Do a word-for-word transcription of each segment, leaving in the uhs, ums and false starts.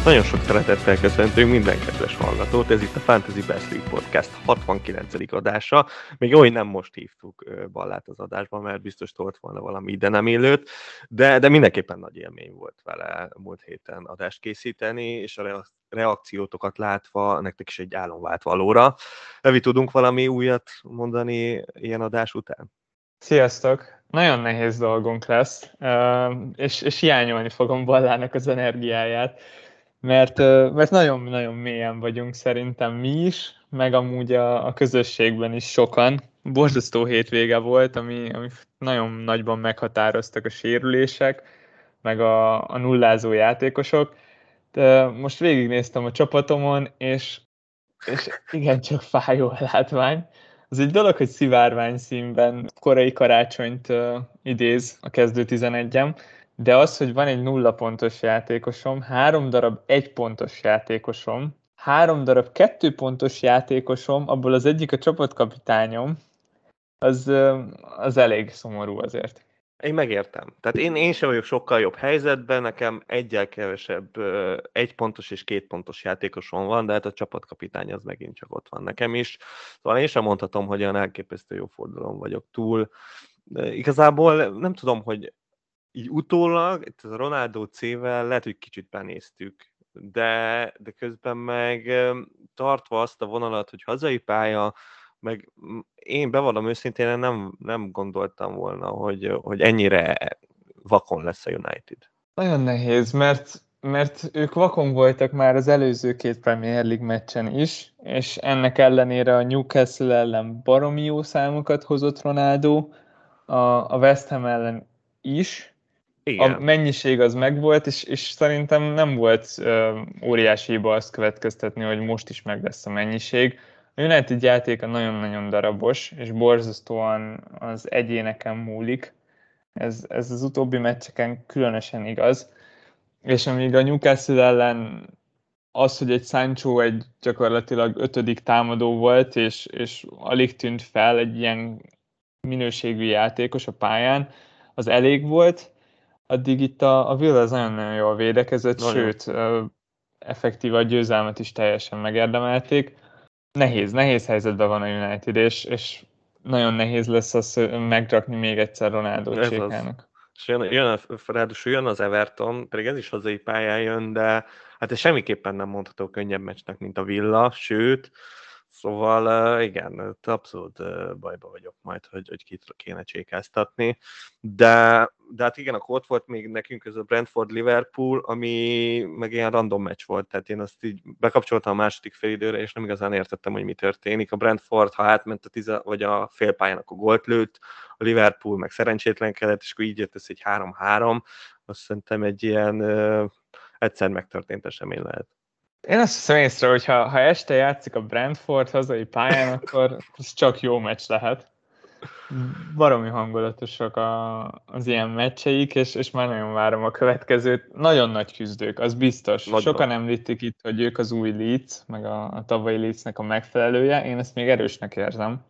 nagyon sok szeretettel köszöntünk minden kedves hallgatót, ez itt a Fantasy Best League Podcast hatvankillencedik adása. Még olyan nem most hívtuk Ballát az adásban, mert biztos tolt volna valami ide nem élőt, de, de mindenképpen nagy élmény volt vele múlt héten adást készíteni, és a reakciótokat látva nektek is egy álom vált valóra. Evi, tudunk valami újat mondani ilyen adás után? Sziasztok! Nagyon nehéz dolgunk lesz, és, és hiányolni fogom Ballának az energiáját, mert, mert nagyon-nagyon mélyen vagyunk szerintem mi is, meg amúgy a, a közösségben is sokan. Borzasztó hétvége volt, ami, ami nagyon nagyban meghatároztak a sérülések, meg a, a nullázó játékosok. De most végignéztem a csapatomon, és, és igencsak fájó a látvány. Az egy dolog, hogy szivárvány színben korai karácsonyt uh, idéz a kezdő tizenegyem, de az, hogy van egy nulla pontos játékosom, három darab egy pontos játékosom, három darab kettő pontos játékosom, abból az egyik a csapatkapitányom, az, uh, az elég szomorú azért. Én megértem. Tehát én, én sem vagyok sokkal jobb helyzetben, nekem egyel kevesebb egy pontos és két pontos játékosom van, de hát a csapatkapitány az megint csak ott van nekem is. Szóval én sem mondhatom, hogy olyan elképesztő jó fordulón vagyok túl. De igazából nem tudom, hogy így utólag, itt a Ronaldo C-vel lehet, hogy kicsit benéztük, de, de közben meg tartva azt a vonalat, hogy hazai pálya, meg én bevallom őszintén, nem, nem gondoltam volna, hogy, hogy ennyire vakon lesz a United. Nagyon nehéz, mert, mert ők vakon voltak már az előző két Premier League meccsen is, és ennek ellenére a Newcastle ellen baromi jó számokat hozott Ronaldo, a, a West Ham ellen is. Igen. A mennyiség az megvolt, és, és szerintem nem volt uh, óriási hiba azt következtetni, hogy most is meg lesz a mennyiség. A United játéka nagyon-nagyon darabos, és borzasztóan az egyéneken múlik. Ez, ez az utóbbi meccseken különösen igaz. És amíg a Newcastle ellen az, hogy egy Sancho egy gyakorlatilag ötödik támadó volt, és, és alig tűnt fel egy ilyen minőségű játékos a pályán, az elég volt, addig itt a, a Villa az nagyon-nagyon jól védekezett, nagyon. Sőt, effektív a győzelmet is teljesen megérdemelték. Nehéz, nehéz helyzetben van a United, és, és nagyon nehéz lesz az megrakni még egyszer Ronaldo csékának. És jön, jön, ráadásul jön az Everton, pedig ez is hazai pályán jön, de hát ez semmiképpen nem mondható könnyebb meccsnek, mint a Villa, sőt, szóval igen, abszolút bajba vagyok majd, hogy, hogy kit kéne csékáztatni, de, de hát igen, akkor ott volt még nekünk ez a Brentford-Liverpool, ami meg ilyen random meccs volt, tehát én azt így bekapcsoltam a második félidőre, és nem igazán értettem, hogy mi történik. A Brentford, ha átment a tize, vagy a félpályán, akkor gólt lőtt, a Liverpool meg szerencsétlenkedett, és akkor így jött ez egy három-három, azt szerintem egy ilyen ö, egyszer megtörtént esemény lehet. Én azt hiszem észre, hogy ha, ha este játszik a Brentford hazai pályán, akkor ez csak jó meccs lehet. Baromi hangulatosak a, az ilyen meccseik, és, és már nagyon várom a következőt. Nagyon nagy küzdők, az biztos. Nagyon. Sokan említik itt, hogy ők az új Leeds, meg a, a tavalyi Leedsnek a megfelelője. Én ezt még erősnek érzem.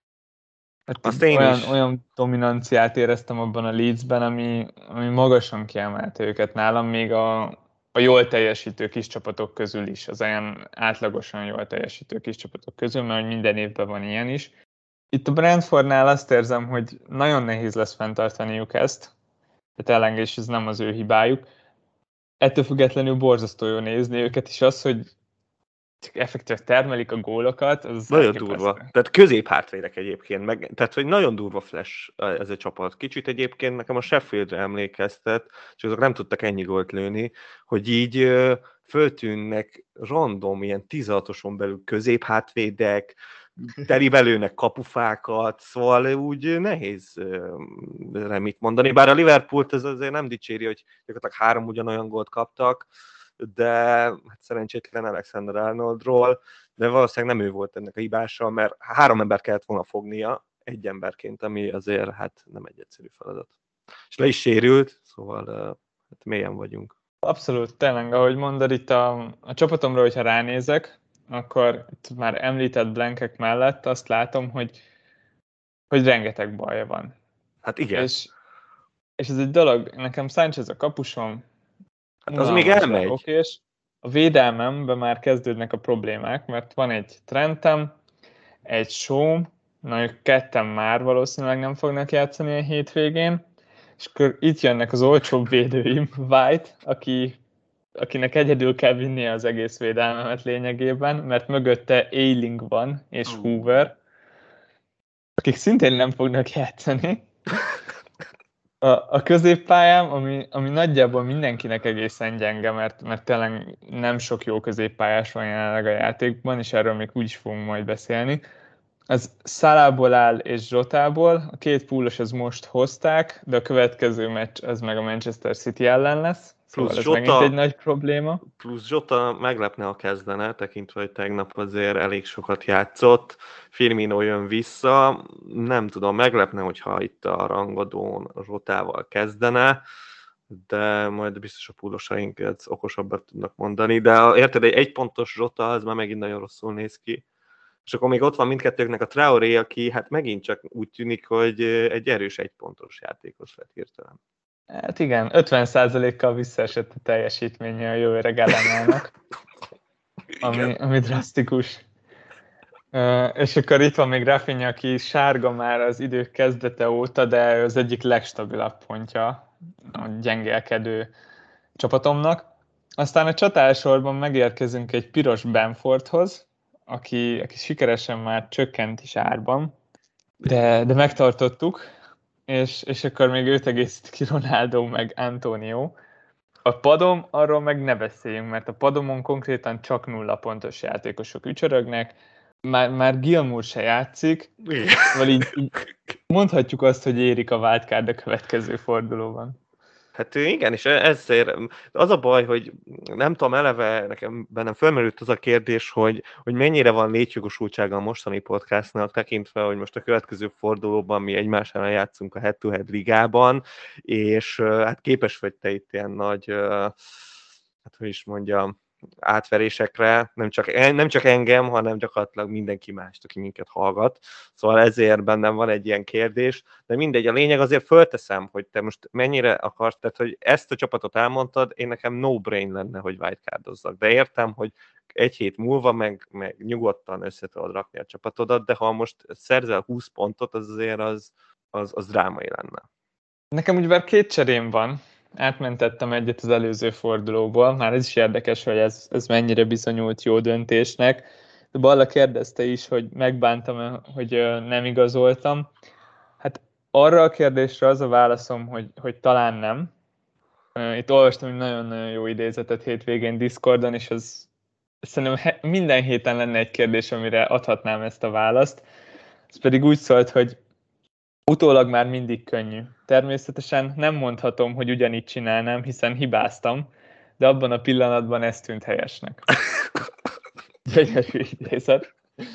Hát olyan, olyan dominanciát éreztem abban a Leedsben, ami, ami magasan kiemelte őket nálam, még a, a jól teljesítő kis csapatok közül is, az olyan átlagosan jól teljesítő kis csapatok közül, mert minden évben van ilyen is. Itt a Brentfordnál azt érzem, hogy nagyon nehéz lesz fenntartaniuk ezt, tehát elengés ez nem az ő hibájuk. Ettől függetlenül borzasztó jó nézni őket, és az, hogy csak effektív termelik a gólokat, az nagyon durva. Tehát középhátvédek egyébként, meg, tehát hogy nagyon durva flash ez a csapat. Kicsit egyébként nekem a Sheffieldre emlékeztet, és azok nem tudtak ennyi gólt lőni, hogy így föltűnnek random, ilyen tizenhatoson belül középhátvédek, teli belőnek kapufákat, szóval úgy nehéz mit mondani. Bár a Liverpoolt ez azért nem dicséri, hogy gyakorlatilag három ugyanolyan gólt kaptak, de hát szerencsétlen Alexander Arnoldról, de valószínűleg nem ő volt ennek a hibása, mert három ember kellett volna fognia egy emberként, ami azért hát nem egy egyszerű feladat. És le is sérült, szóval hát mélyen vagyunk. Abszolút, tényleg, ahogy mondod, itt a, a csapatomra, hogyha ránézek, akkor itt már említett blankek mellett azt látom, hogy, hogy rengeteg baja van. Hát igen. És, és ez egy dolog, nekem Sánchez a kapusom, hát az még elmegy. Okés, A védelmemben már kezdődnek a problémák, mert van egy Trentem, egy Shaw, na ők ketten már valószínűleg nem fognak játszani a hétvégén, és akkor itt jönnek az olcsóbb védőim, White, aki, akinek egyedül kell vinnie az egész védelmemet lényegében, mert mögötte Ayling van, és Uh. Hoover, akik szintén nem fognak játszani. A, a középpályám, ami, ami nagyjából mindenkinek egészen gyenge, mert, mert tényleg nem sok jó középpályás van jelenleg a játékban, és erről még úgy is fogunk majd beszélni. Az Salából áll és Zsotából, a két púlos az most hozták, de a következő meccs az meg a Manchester City ellen lesz, szóval ez Zsota, megint egy nagy probléma. Plusz Zsota meglepne, ha kezdene, tekintve, hogy tegnap azért elég sokat játszott. Firmino jön vissza, nem tudom, meglepne, hogyha itt a rangadón Zsotával kezdene, de majd biztos a púlosaink ezt okosabbat tudnak mondani, de érted, egy egypontos Zsota, az már megint nagyon rosszul néz ki. És akkor még ott van mindkettőknek a Traoré, aki hát megint csak úgy tűnik, hogy egy erős egypontos játékos lett hirtelen. Hát igen, ötven százalékkal visszaesett a teljesítménye a jó öreg Elemának, ami, ami drasztikus. Uh, és akkor itt van még Rafinha, aki sárga már az idők kezdete óta, de az egyik legstabilabb pontja a gyengélkedő csapatomnak. Aztán a csatársorban megérkezünk egy piros Bamfordhoz, aki, aki sikeresen már csökkent is árban, de, de megtartottuk, és, és akkor még őt egészít ki Ronaldo meg Antonio. A padom, arról meg ne beszéljünk, mert a padomon konkrétan csak nulla pontos játékosok ücsörögnek, már, már Gilmour se játszik, szóval így, így mondhatjuk azt, hogy érik a wildcard a következő fordulóban. Hát igen, és ezért az a baj, hogy nem tudom, eleve nekem bennem fölmerült az a kérdés, hogy, hogy mennyire van létjogosultsága a mostani podcastnak, tekintve, hogy most a következő fordulóban mi egymás ellen játszunk a head-to-head ligában, és hát képes vagy te itt ilyen nagy, hát hogy is mondjam, átverésekre, nem csak, nem csak engem, hanem gyakorlatilag mindenki mást, aki minket hallgat. Szóval ezért bennem van egy ilyen kérdés, de mindegy, a lényeg azért fölteszem, hogy te most mennyire akarsz, tehát hogy ezt a csapatot elmondtad, én nekem no-brain lenne, hogy wildcardozzak, de értem, hogy egy hét múlva meg, meg nyugodtan össze tudod rakni a csapatodat, de ha most szerzel húsz pontot, az azért az, az, az drámai lenne. Nekem úgy bár két cserém van, átmentettem egyet az előző fordulóból, már ez is érdekes, hogy ez, ez mennyire bizonyult jó döntésnek. De Balla kérdezte is, hogy megbántam, hogy nem igazoltam. Hát arra a kérdésre az a válaszom, hogy, hogy talán nem. Itt olvastam egy nagyon-nagyon jó idézetet hétvégén Discordon, és az szerintem minden héten lenne egy kérdés, amire adhatnám ezt a választ. Ez pedig úgy szólt, hogy utólag már mindig könnyű. Természetesen nem mondhatom, hogy ugyanígy csinálnám, hiszen hibáztam, de abban a pillanatban ez tűnt helyesnek. Gyönyörű idézet.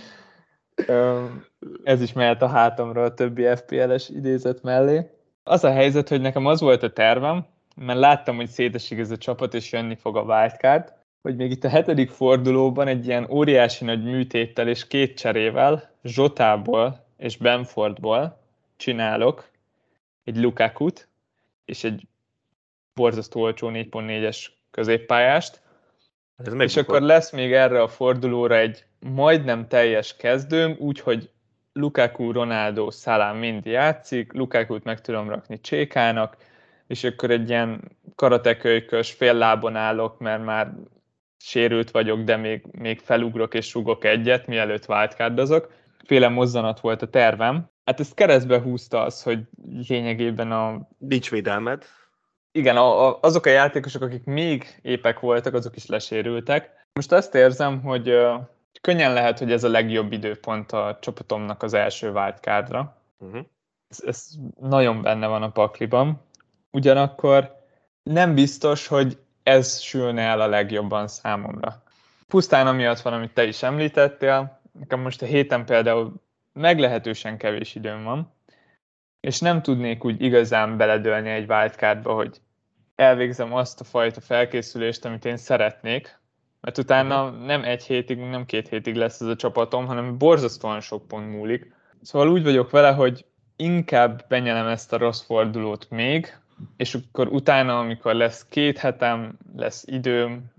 Ez is mehet a hátamra a többi ef pé el-es idézet mellé. Az a helyzet, hogy nekem az volt a tervem, mert láttam, hogy szétesik ez a csapat, és jönni fog a wildcard, hogy még itt a hetedik fordulóban egy ilyen óriási nagy műtéttel és két cserével, Zsotából és Bamfordból csinálok egy Lukakut és egy borzasztó olcsó négy pont négyes középpályást, és akkor lesz még erre a fordulóra egy majdnem teljes kezdőm, úgyhogy Lukaku, Ronaldo, Salah mind játszik, Lukakut meg tudom rakni Csékának, és akkor egy ilyen karatekölykös, fél lábon állok, mert már sérült vagyok, de még, még felugrok és rugok egyet, mielőtt wildcardozok. Féle mozzanat volt a tervem. Hát ezt keresztbe húzta az, hogy lényegében a... Nincs védelmed. Igen, a, a, azok a játékosok, akik még épek voltak, azok is lesérültek. Most azt érzem, hogy uh, könnyen lehet, hogy ez a legjobb időpont a csapatomnak az első wildcardra. Uh-huh. Ez, ez nagyon benne van a pakliban. Ugyanakkor nem biztos, hogy ez sülne el a legjobban számomra. Pusztán amiatt van, amit te is említettél, nekem most a héten például meglehetősen kevés időm van, és nem tudnék úgy igazán beledőlni egy wildcardba, hogy elvégzem azt a fajta felkészülést, amit én szeretnék, mert utána nem egy hétig, nem két hétig lesz ez a csapatom, hanem borzasztóan sok pont múlik. Szóval úgy vagyok vele, hogy inkább benyelem ezt a rossz fordulót még, és akkor utána, amikor lesz két hetem, lesz időm,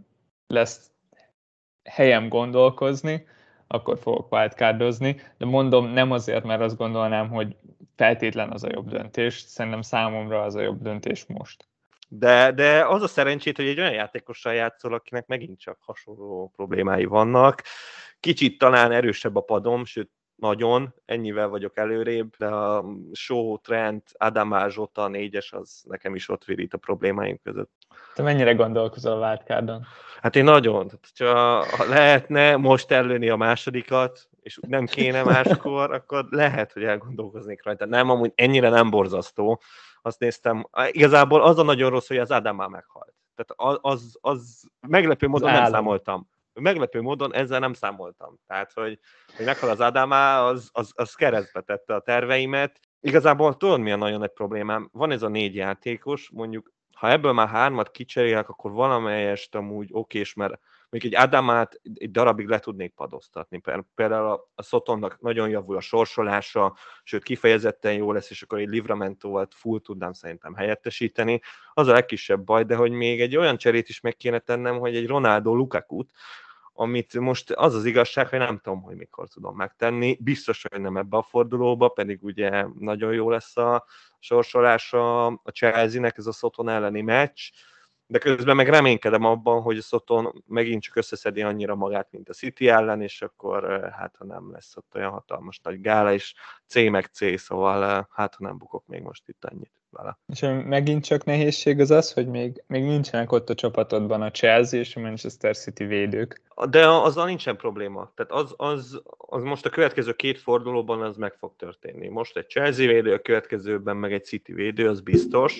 lesz helyem gondolkozni, akkor fogok wildcardozni, de mondom, nem azért, mert azt gondolnám, hogy feltétlen az a jobb döntés, szerintem számomra az a jobb döntés most. De, de az a szerencsét, hogy egy olyan játékossal játszol, akinek megint csak hasonló problémái vannak. Kicsit talán erősebb a padom, sőt nagyon, ennyivel vagyok előrébb, de a Shaw, Trent, Adama, Zsota négyes, az nekem is ott virít a problémáim között. Te mennyire gondolkozol a wildcardon? Hát én nagyon, ha lehetne most ellőni a másodikat, és nem kéne máskor, akkor lehet, hogy elgondolkoznék rajta. Nem, amúgy ennyire nem borzasztó. Azt néztem, igazából az a nagyon rossz, hogy az Adama meghalt. Tehát az, az, az meglepő módon nem számoltam. Meglepő módon ezzel nem számoltam. Tehát, hogy, hogy meghal az Adama, az, az, az keresztbe tette a terveimet. Igazából tudod, mi a nagyon nagy problémám? Van ez a négy játékos, mondjuk ha ebből már hármat kicserélek, akkor valamelyest amúgy okés, mert még egy Adamát egy darabig le tudnék padoztatni. Például a Sotonnak nagyon javul a sorsolása, sőt kifejezetten jó lesz, és akkor egy Livramentóval full tudnám szerintem helyettesíteni. Az a legkisebb baj, de hogy még egy olyan cserét is meg kéne tennem, hogy egy Ronaldo Lukakut, amit most az az igazság, hogy nem tudom, hogy mikor tudom megtenni. Biztos, hogy nem ebbe a fordulóba, pedig ugye nagyon jó lesz a sorsolása a Chelsea-nek, ez a Soton elleni meccs, de közben meg reménykedem abban, hogy a Soton megint csak összeszedi annyira magát, mint a City ellen, és akkor hát ha nem lesz ott olyan hatalmas nagy gála, és C meg C, szóval hát ha nem bukok még most itt annyit vele. És megint csak nehézség az az, hogy még, még nincsenek ott a csapatodban a Chelsea és a Manchester City védők. De azzal nincsen probléma. Tehát az, az, az most a következő két fordulóban az meg fog történni. Most egy Chelsea védő, a következőben meg egy City védő, az biztos.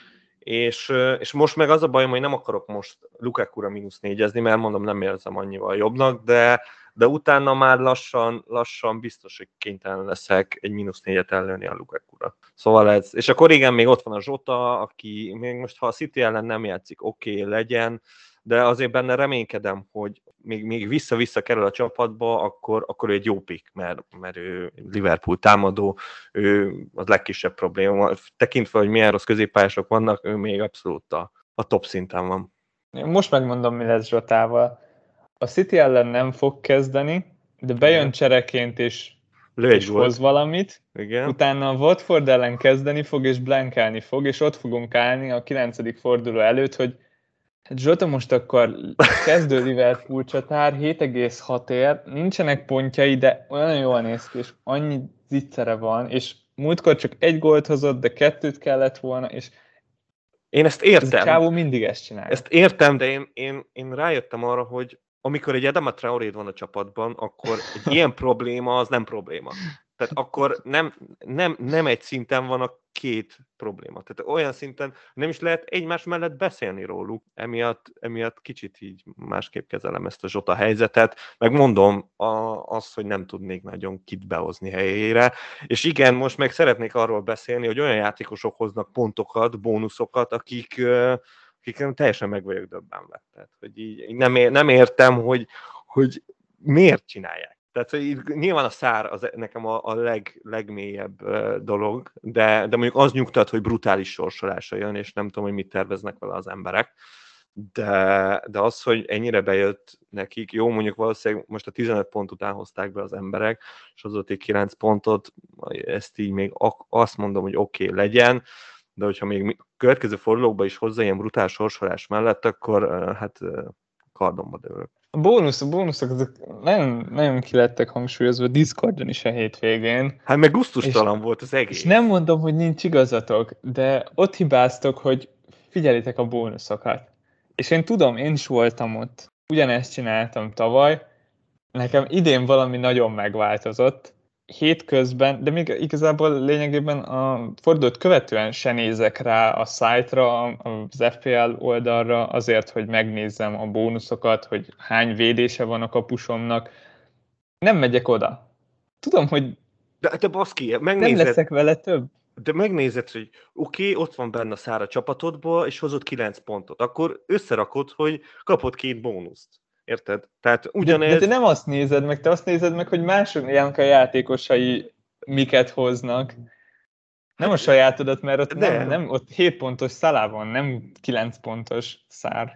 És, és most meg az a bajom, hogy nem akarok most Lukakura mínusz négyezni, mert mondom, nem érzem annyival jobbnak, de, de utána már lassan, lassan biztos, hogy kénytelen leszek egy mínusz négyet ellőni a Lukakura. Szóval ez, és akkor igen, még ott van a Zsota, aki még most, ha a City ellen nem játszik, oké, okay, legyen, de azért benne reménykedem, hogy még, még vissza-vissza kerül a csapatba, akkor, akkor ő egy jó pick, mert, mert ő Liverpool támadó, ő az legkisebb probléma. Tekintve, hogy milyen rossz középpályások vannak, ő még abszolút a, a top szinten van. Most megmondom, mi lesz Zsotával. A City ellen nem fog kezdeni, de bejön igen. Csereként és, és hoz valamit. Igen. Utána a Watford ellen kezdeni fog, és blankálni fog, és ott fogunk állni a kilencedik forduló előtt, hogy hát Zsota most akkor kezdő Liverpool csatár, hét egész hat ér, nincsenek pontjai, de olyan jól néz ki, és annyi zicsere van, és múltkor csak egy gólt hozott, de kettőt kellett volna, és én ezt értem. Ez a csávó mindig ezt csinálja. Ezt értem, de én, én, én rájöttem arra, hogy amikor egy Adama Traoréd van a csapatban, akkor egy ilyen probléma az nem probléma. Tehát akkor nem, nem, nem egy szinten van a két probléma. Tehát olyan szinten nem is lehet egymás mellett beszélni róluk. Emiatt, emiatt kicsit így másképp kezelem ezt a Zsota helyzetet. Meg mondom a, azt, hogy nem tudnék nagyon kit behozni helyére. És igen, most meg szeretnék arról beszélni, hogy olyan játékosok hoznak pontokat, bónuszokat, akik, akik teljesen meg vagyok döbbenve. Tehát, hogy így nem, ér, nem értem, hogy, hogy miért csinálják. Tehát hogy nyilván a szár az nekem a, a leg, legmélyebb uh, dolog, de, de mondjuk az nyugtat, hogy brutális sorsolása jön, és nem tudom, hogy mit terveznek vele az emberek. De, de az, hogy ennyire bejött nekik, jó, mondjuk valószínűleg most a tizenöt pont után hozták be az emberek, és hozott egy kilenc pontot, ezt így még azt mondom, hogy oké, okay, legyen, de hogyha még következő fordulókban is hozzá ilyen brutál sorsolás mellett, akkor uh, hát uh, kardomba dőlök. A bónusz, a bónuszok azok nagyon, nagyon ki lettek hangsúlyozva Discordon is a hétvégén. Hát meg gusztustalan volt az egész. És nem mondom, hogy nincs igazatok, de ott hibáztok, hogy figyelitek a bónuszokat. És én tudom, én is voltam ott. Ugyanezt csináltam tavaly. Nekem idén valami nagyon megváltozott. Hétközben, de még igazából lényegében a fordulót követően se nézek rá a szájtra, az ef pé el oldalra azért, hogy megnézzem a bónuszokat, hogy hány védése van a kapusomnak. Nem megyek oda. Tudom, hogy de, de baszki, megnézed, nem leszek vele több. De megnézed, hogy oké, okay, ott van benne a szár a csapatodból, és hozott kilenc pontot. Akkor összerakod, hogy kapod két bónuszt. Érted? Tehát ugyanez... De, de te nem azt nézed meg, te azt nézed meg, hogy mások a játékosai miket hoznak. Nem a sajátodat, mert ott, nem, nem, ott hét pontos Salah van, nem kilenc pontos szár.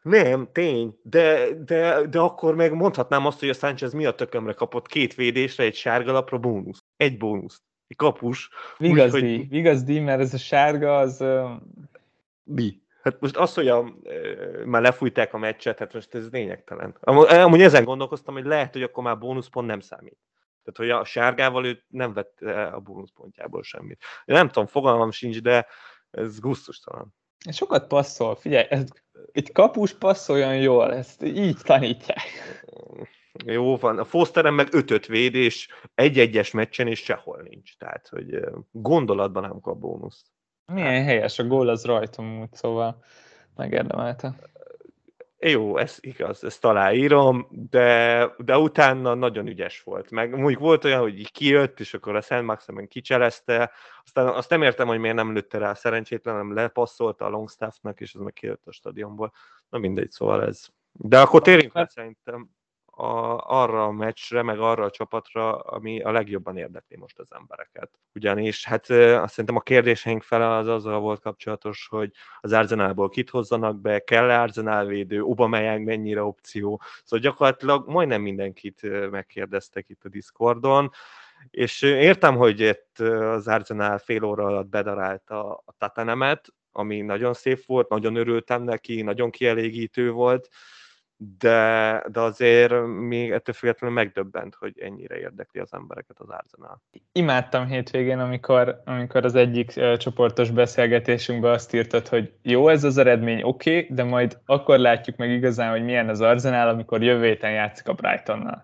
Nem, tény, de, de, de akkor meg mondhatnám azt, hogy a Sánchez mi a tökömre kapott két védésre, egy sárgalapra bónusz. Egy bónusz. Egy kapus. Vigazdi, Úgyhogy vigazdi, mert ez a sárga az... mi? Hát most az, hogy a, e, már lefújták a meccset, hát most ez lényegtelen. Amúgy, amúgy ezen gondolkoztam, hogy lehet, hogy akkor már bónuszpont nem számít. Tehát, hogy a sárgával ő nem vett a bónuszpontjából semmit. Én nem tudom, fogalmam sincs, de ez gusztustalan. Sokat passzol, figyelj, ez, egy kapus passzoljon jól, ezt így tanítják. Jó van, a Fosteren meg ötöt véd, és egy-egyes meccsen és sehol nincs. Tehát, hogy gondolatban nem kap bónuszt. Milyen hát helyes, a gól az rajtam úgy, szóval megérdemelte. Jó, ez igaz, ezt aláírom, de, de utána nagyon ügyes volt. Meg mondjuk volt olyan, hogy így kijött, és akkor a Szent Maximen kicselezte, aztán azt nem értem, hogy miért nem lőtte rá szerencsétlen, hanem lepasszolta a Longstaffnak, és az meg kijött a stadionból. Na mindegy, szóval ez. De akkor térjünk rá szerintem a, arra a meccsre, meg arra a csapatra, ami a legjobban érdekli most az embereket. Ugyanis hát azt szerintem a kérdéseink fele az azzal volt kapcsolatos, hogy az Arsenalból kit hozzanak be, kell-e Arsenal védő, Aubameyang mennyire opció. Szóval gyakorlatilag majdnem mindenkit megkérdeztek itt a Discordon, és értem, hogy itt az Arsenal fél óra alatt bedarálta a Tatanemet, ami nagyon szép volt, nagyon örültem neki, nagyon kielégítő volt, de, de azért még ettől függetlenül megdöbbent, hogy ennyire érdekli az embereket az Arsenal. Imádtam hétvégén, amikor, amikor az egyik uh, csoportos beszélgetésünkben azt írtad, hogy jó ez az eredmény, oké, okay, de majd akkor látjuk meg igazán, hogy milyen az Arsenal, amikor jövő héten játszik a Brightonnal.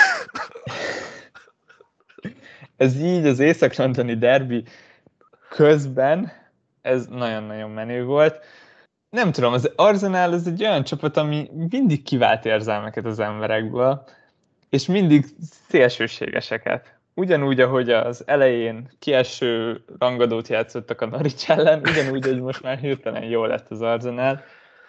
Ez így az észak-londoni derbi közben, ez nagyon-nagyon menő volt. Nem tudom, az Arsenal az egy olyan csapat, ami mindig kivált érzelmeket az emberekből, és mindig szélsőségeseket. Ugyanúgy, ahogy az elején kieső rangadót játszottak a Norwich ellen, ugyanúgy, hogy most már hirtelen jól lett az Arsenal.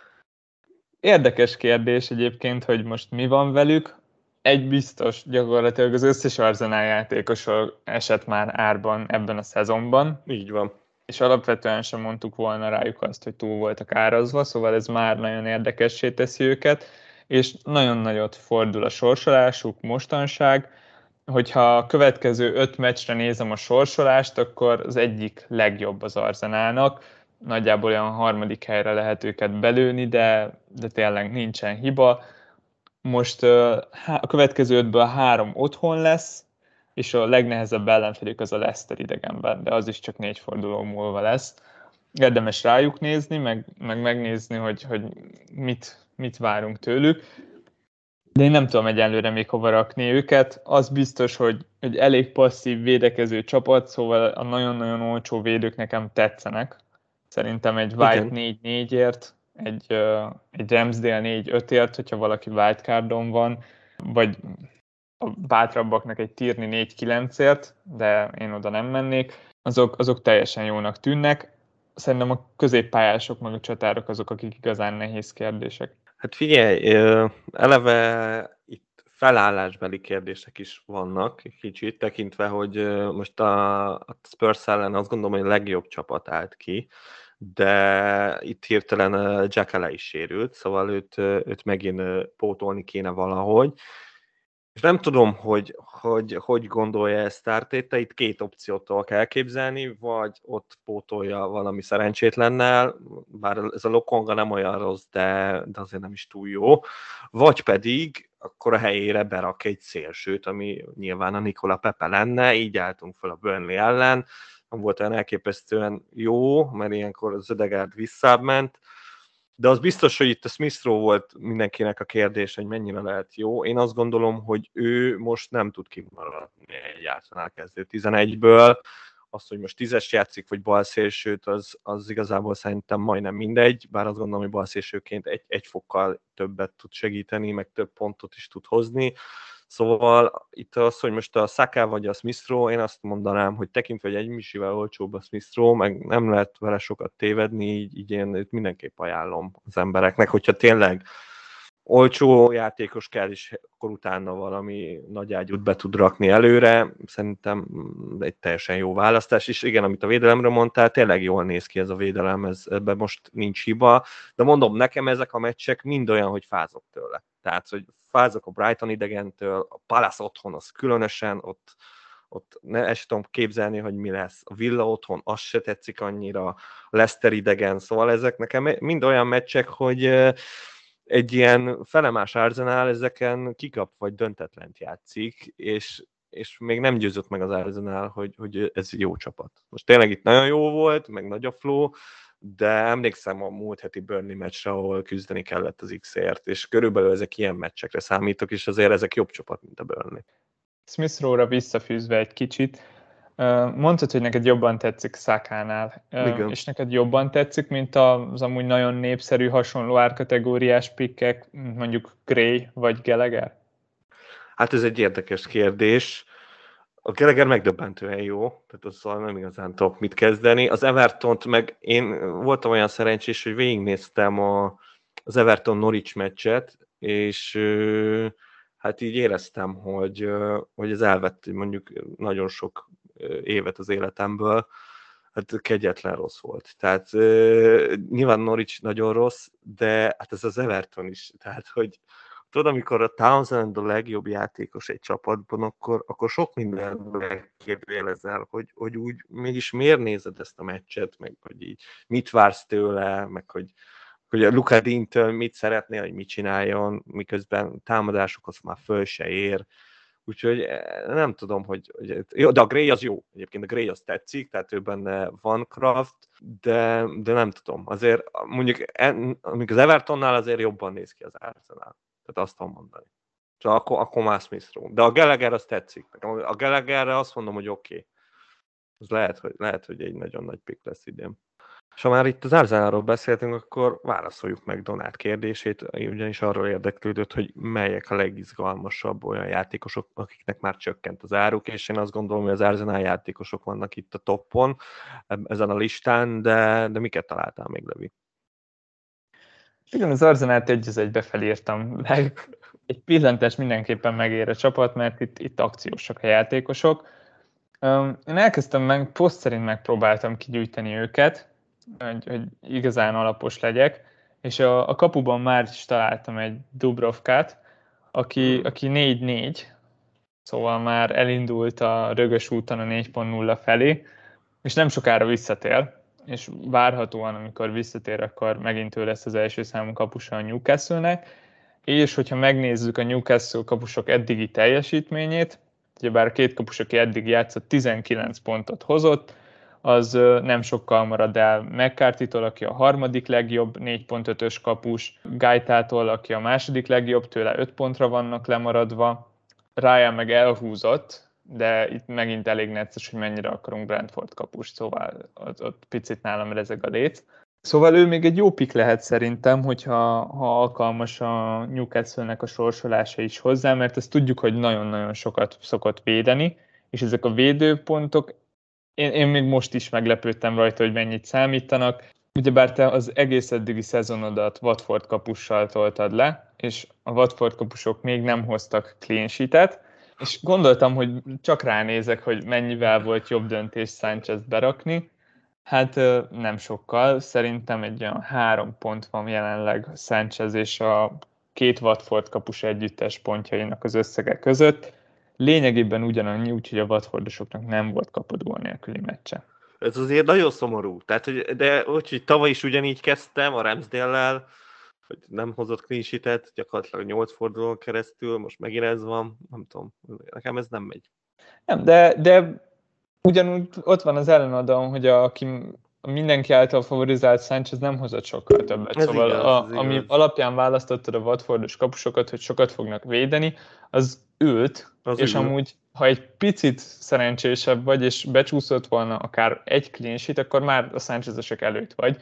Érdekes kérdés egyébként, hogy most mi van velük. Egy biztos, gyakorlatilag az összes Arsenal játékos esett már árban ebben a szezonban. Így van. És alapvetően sem mondtuk volna rájuk azt, hogy túl voltak árazva, szóval ez már nagyon érdekessé teszi őket, és nagyon nagyot fordul a sorsolásuk mostanság. Hogyha a következő öt meccsre nézem a sorsolást, akkor az egyik legjobb az Arsenalnak. Nagyjából olyan harmadik helyre lehet őket belőni, de, de tényleg nincsen hiba. Most a következő ötből három otthon lesz, és a legnehezebb ellenfelük az a Leicester idegenben, de az is csak négy forduló múlva lesz. Érdemes rájuk nézni, meg, meg megnézni, hogy, hogy mit, mit várunk tőlük. De én nem tudom egyenlőre még hova rakni őket. Az biztos, hogy, hogy elég passzív védekező csapat, szóval a nagyon-nagyon olcsó védők nekem tetszenek. Szerintem egy White négy négyért, egy, egy Ramsdale négy ötért, hogyha valaki wildcardon van, vagy a bátrabbaknak egy Tierney négy kilencért, de én oda nem mennék, azok, azok teljesen jónak tűnnek. Szerintem a középpályások meg a csatárok azok, akik igazán nehéz kérdések. Hát figyelj, eleve itt felállásbeli kérdések is vannak, kicsit tekintve, hogy most a Spurs ellen azt gondolom, hogy a legjobb csapat állt ki, de itt hirtelen Xhaka le is sérült, szóval őt, őt megint pótolni kéne valahogy. És nem tudom, hogy hogy, hogy gondolja ezt Arteta, itt két opciót tudok elképzelni, vagy ott pótolja valami szerencsétlennel, bár ez a Lokonga nem olyan rossz, de, de azért nem is túl jó, vagy pedig akkor a helyére berak egy szélsőt, ami nyilván a Nicola Pepe lenne, így álltunk fel a Burnley ellen, nem volt olyan elképesztően jó, mert ilyenkor az Ödegaard visszább de az biztos, hogy itt a Smith Rowe volt mindenkinek a kérdés, hogy mennyire lehet jó. Én azt gondolom, hogy ő most nem tud kimaradni egyáltalán kezdő tizenegyből. Az, hogy most tízes játszik, vagy balszélsőt, az, az igazából szerintem majdnem mindegy, bár azt gondolom, hogy balszélsőként egy, egy fokkal többet tud segíteni, meg több pontot is tud hozni. Szóval itt az, hogy most a Saka vagy a Smith Rowe, én azt mondanám, hogy tekintve, hogy egy misivel olcsóbb a Smith Rowe, meg nem lehet vele sokat tévedni, így, így én őt mindenképp ajánlom az embereknek, hogyha tényleg olcsó játékos kell, és akkor utána valami nagy ágyút be tud rakni előre. Szerintem egy teljesen jó választás, és igen, amit a védelemről mondtál, tényleg jól néz ki ez a védelem, ez, ebben most nincs hiba, de mondom, nekem ezek a meccsek mind olyan, hogy fázok tőle. Tehát, hogy fázok a Brighton idegentől, a Palace otthon az különösen, ott, ott ne ezt tudom képzelni, hogy mi lesz. A Villa otthon, az se tetszik annyira, a Leicester idegen, szóval ezek nekem mind olyan meccsek, hogy egy ilyen felemás Arsenal ezeken kikap vagy döntetlent játszik, és, és még nem győzött meg az Arsenal, hogy, hogy ez jó csapat. Most tényleg itt nagyon jó volt, meg nagy a flow, de emlékszem a múlt heti Burnley meccsre, ahol küzdeni kellett az X-ért, és körülbelül ezek ilyen meccsekre számítok, és azért ezek jobb csapat, mint a Burnley. Smith Rowe-ra visszafűzve egy kicsit, mondtad, hogy neked jobban tetszik Sakánál, és neked jobban tetszik, mint az amúgy nagyon népszerű hasonló árkategóriás pikkek, mondjuk Gray vagy Gallagher? Hát ez egy érdekes kérdés. A Gallagher megdöbbentően jó, tehát azzal nem igazán tudok mit kezdeni. Az Evertont meg én voltam olyan szerencsés, hogy végignéztem a, az Everton-Norwich meccset, és hát így éreztem, hogy, hogy ez elvett mondjuk nagyon sok évet az életemből, hát kegyetlen rossz volt. Tehát nyilván Norwich nagyon rossz, de hát ez az Everton is, tehát hogy tudod, amikor a Townsend a legjobb játékos egy csapatban, akkor, akkor sok mindent megkérdőjelezel, hogy, hogy úgy mégis miért nézed ezt a meccset, meg hogy így mit vársz tőle, meg hogy, hogy a Luka Dean-től mit szeretnél, hogy mit csináljon, miközben támadásokhoz már föl se ér. Úgyhogy nem tudom, hogy... hogy jó, de a Gray az jó. Egyébként a Gray az tetszik, tehát ő benne van craft, de, de nem tudom. Azért mondjuk, mondjuk az Evertonnál azért jobban néz ki az Arsenal. Tehát azt tudom mondani. Csak akkor, akkor már Smith Rowe. De a Gallagher az tetszik. A Gallagherre azt mondom, hogy oké. Okay. Az lehet, hogy, lehet, hogy egy nagyon nagy pick lesz idén. És ha már itt az Arsenalról beszéltünk, akkor válaszoljuk meg Donát kérdését, ugyanis arról érdeklődött, hogy melyek a legizgalmasabb olyan játékosok, akiknek már csökkent az áruk, és én azt gondolom, hogy az Arsenal játékosok vannak itt a toppon ezen a listán, de, de miket találtál még, Levi? Igen, az Arsenalt egy az egybe felírtam. Egy pillantás mindenképpen megér a csapat, mert itt, itt akciósak a játékosok. Én elkezdtem meg, poszt szerint megpróbáltam kigyűjteni őket, hogy, hogy igazán alapos legyek, és a, a kapuban már is találtam egy Dubrovkát, aki, aki négy négy, szóval már elindult a rögös úton a négy pont nulla felé, és nem sokára visszatér, és várhatóan, amikor visszatér, akkor megint ő lesz az első számú kapusa a Newcastle-nek, és hogyha megnézzük a Newcastle kapusok eddigi teljesítményét, ugyebár a két kapus, aki eddig játszott, tizenkilenc pontot hozott, az nem sokkal marad el McCarthy-tól, aki a harmadik legjobb, négy pont ötös kapus, Gaitától, aki a második legjobb, tőle öt pontra vannak lemaradva, Ryan meg elhúzott, de itt megint elég necces, hogy mennyire akarunk Brentford kapust, szóval ott, ott picit nálam rezeg a léc. Szóval ő még egy jó pick lehet szerintem, hogyha ha alkalmas a Newcastle-nek a sorsolása is hozzá, mert ezt tudjuk, hogy nagyon-nagyon sokat szokott védeni, és ezek a védőpontok, én, én még most is meglepődtem rajta, hogy mennyit számítanak. Ugyebár te az egész eddigi szezonodat Watford kapussal toltad le, és a Watford kapusok még nem hoztak clean sheetet, és gondoltam, hogy csak ránézek, hogy mennyivel volt jobb döntés Sánchez berakni. Hát nem sokkal, szerintem egy olyan három pont van jelenleg Sánchez és a két Watford kapus együttes pontjainak az összege között. Lényegében ugyanannyi, úgyhogy a Watfordosoknak nem volt kapadó nélküli meccse. Ez azért nagyon szomorú. Tehát, hogy, de hogy tavaly is ugyanígy kezdtem a Ramsdale-lel, hogy nem hozott clean sheetet, gyakorlatilag nyolc fordulón keresztül, most megint ez van, nem tudom, nekem ez nem megy. Nem, de, de ugyanúgy ott van az ellenadom, hogy a, aki mindenki által favorizált Sánchez nem hozott sokkal többet. Ez szóval igaz, a, ez ami igaz. alapján választottad a Watfordos kapusokat, hogy sokat fognak védeni, az ült, az és ül. Amúgy, ha egy picit szerencsésebb vagy, és becsúszott volna akár egy clean sheet, akkor már a Sánchezesek előtt vagy.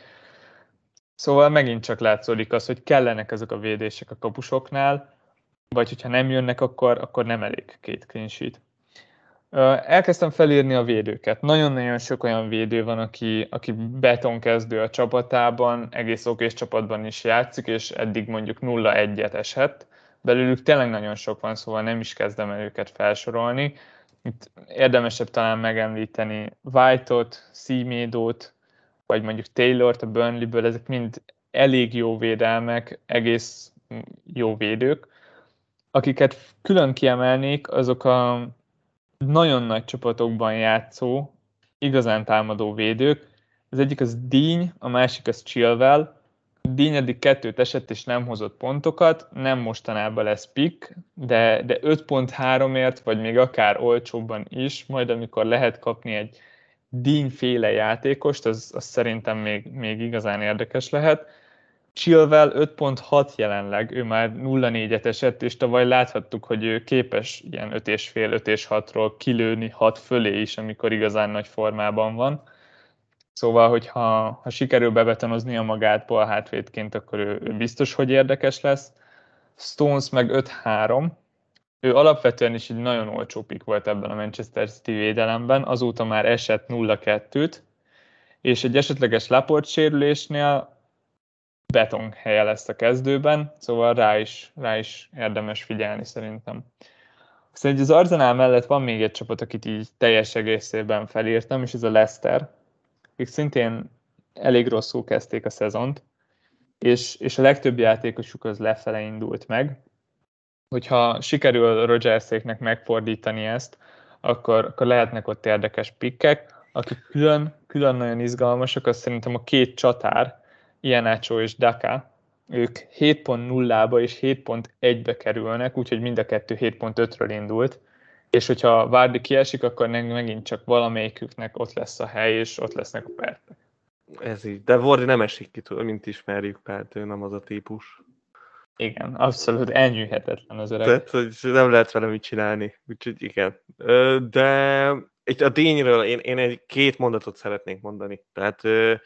Szóval megint csak látszódik az, hogy kellenek ezek a védések a kapusoknál, vagy hogyha nem jönnek, akkor, akkor nem elég két clean sheet. Elkezdtem felírni a védőket. Nagyon-nagyon sok olyan védő van, aki, aki betonkezdő a csapatában, egész okés csapatban is játszik, és eddig mondjuk nulla egyet esett. Belőlük tényleg nagyon sok van, szóval nem is kezdem el őket felsorolni. Itt érdemesebb talán megemlíteni White-ot, Semedo-t, vagy mondjuk Taylort a Burnleyből, ezek mind elég jó védelmek, egész jó védők. Akiket külön kiemelnék, azok a nagyon nagy csapatokban játszó, igazán támadó védők. Az egyik az Dean, a másik az Chilwell. Dean eddig kettőt esett és nem hozott pontokat, nem mostanában lesz pick, de, de öt pont háromért, vagy még akár olcsóbban is, majd amikor lehet kapni egy Dean-féle játékost, az, az szerintem még, még igazán érdekes lehet. Chilwell öt pont hat jelenleg, ő már nulla négyet esett, és tavaly láthattuk, hogy ő képes ilyen öt és fél, öt és hatról kilőni hat fölé is, amikor igazán nagy formában van. Szóval, hogyha ha sikerül bebetonoznia magát bal hátvédként, akkor ő, ő biztos, hogy érdekes lesz. Stones meg öt három. Ő alapvetően is egy nagyon olcsó pick volt ebben a Manchester City védelemben, azóta már esett nulla kettőt, és egy esetleges Laporte sérülésnél beton helye lesz a kezdőben, szóval rá is, rá is érdemes figyelni szerintem. Szerintem az Arsenal mellett van még egy csapat, akit így teljes egészében felírtam, és ez a Leicester, akik szintén elég rosszul kezdték a szezont, és, és a legtöbb játékosuk az lefele indult meg. Hogyha sikerül Rodgerséknek megfordítani ezt, akkor, akkor lehetnek ott érdekes pikkek, akik külön, külön nagyon izgalmasak, az szerintem a két csatár, Iheanacho és Daka, ők hét pont nulla-ba és hét pont egybe kerülnek, úgyhogy mind a kettő hét pont ötről indult, és hogyha Vardy kiesik, akkor megint csak valamelyiküknek ott lesz a hely, és ott lesznek a percek. Ez így, de Vardy nem esik ki, mint ismerjük, tehát ő nem az a típus. Igen, abszolút elnyűhetetlen az öreg. Tehát, hogy nem lehet vele mit csinálni, úgyhogy igen. De itt a Dényről én, én egy két mondatot szeretnék mondani. Tehát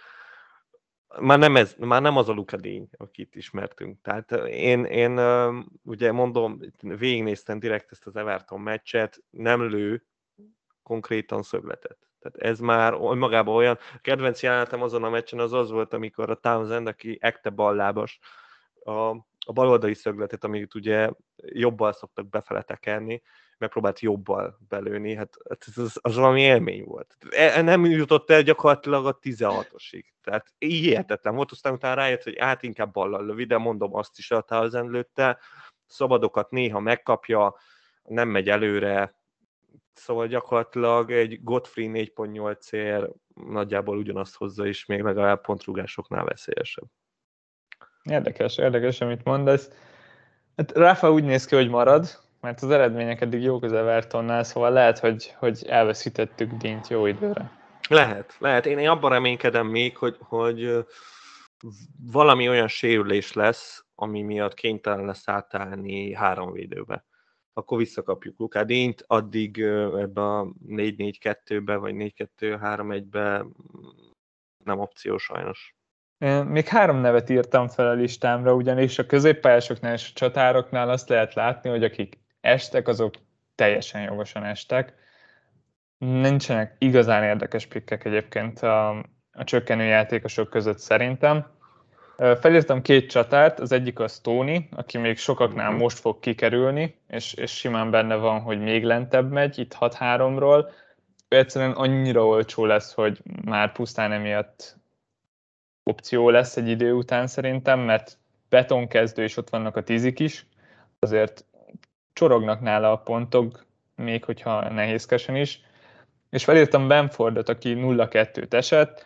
már nem, ez, már nem az a Luka Díny, akit ismertünk. Tehát én, én ugye mondom, végignéztem direkt ezt az Everton meccset, nem lő konkrétan szögletet. Tehát ez már magában olyan, a kedvenc jelenetem azon a meccsen az az volt, amikor a Townsend, aki ekte ballábas, a, a baloldali szögletet, amit ugye jobbal szoktak befele tekerni, megpróbált jobbal belőni, hát az, az valami élmény volt. E, nem jutott el gyakorlatilag a tizenhatosig. Tehát hihetetlen volt, aztán utána rájött, hogy át inkább ballal lövi, de mondom, azt is a Townsend lőtte, szabadokat néha megkapja, nem megy előre, szóval gyakorlatilag egy Godfrey négy pont nyolcért nagyjából ugyanazt hozza, és még legalább pontrugásoknál veszélyesebb. Érdekes, érdekes, amit mondasz. Hát Rafa úgy néz ki, hogy marad, mert az eredmények eddig jók az Evertonnál, szóval lehet, hogy, hogy elveszítettük Dínt jó időre. Lehet, lehet. Én, én abban reménykedem még, hogy, hogy valami olyan sérülés lesz, ami miatt kénytelen lesz átállni három védőbe. Akkor visszakapjuk Luka Dínt, addig ebbe a négy négy kettőbe, vagy négy kettő három egybe nem opció sajnos. Még három nevet írtam fel a listámra, ugyanis a középpályásoknál és a csatároknál azt lehet látni, hogy akik estek, azok teljesen jogosan estek. Nincsenek igazán érdekes pikkek egyébként a, a csökkenő játékosok között szerintem. Felírtam két csatárt, az egyik az Tony, aki még sokaknál most fog kikerülni, és, és simán benne van, hogy még lentebb megy, itt hat háromról. Egyszerűen annyira olcsó lesz, hogy már pusztán emiatt opció lesz egy idő után szerintem, mert betonkezdő, és ott vannak a tízik is, azért csorognak nála a pontok, még hogyha nehézkesen is. És felírtam Bamfordot, aki nulla kettőt esett.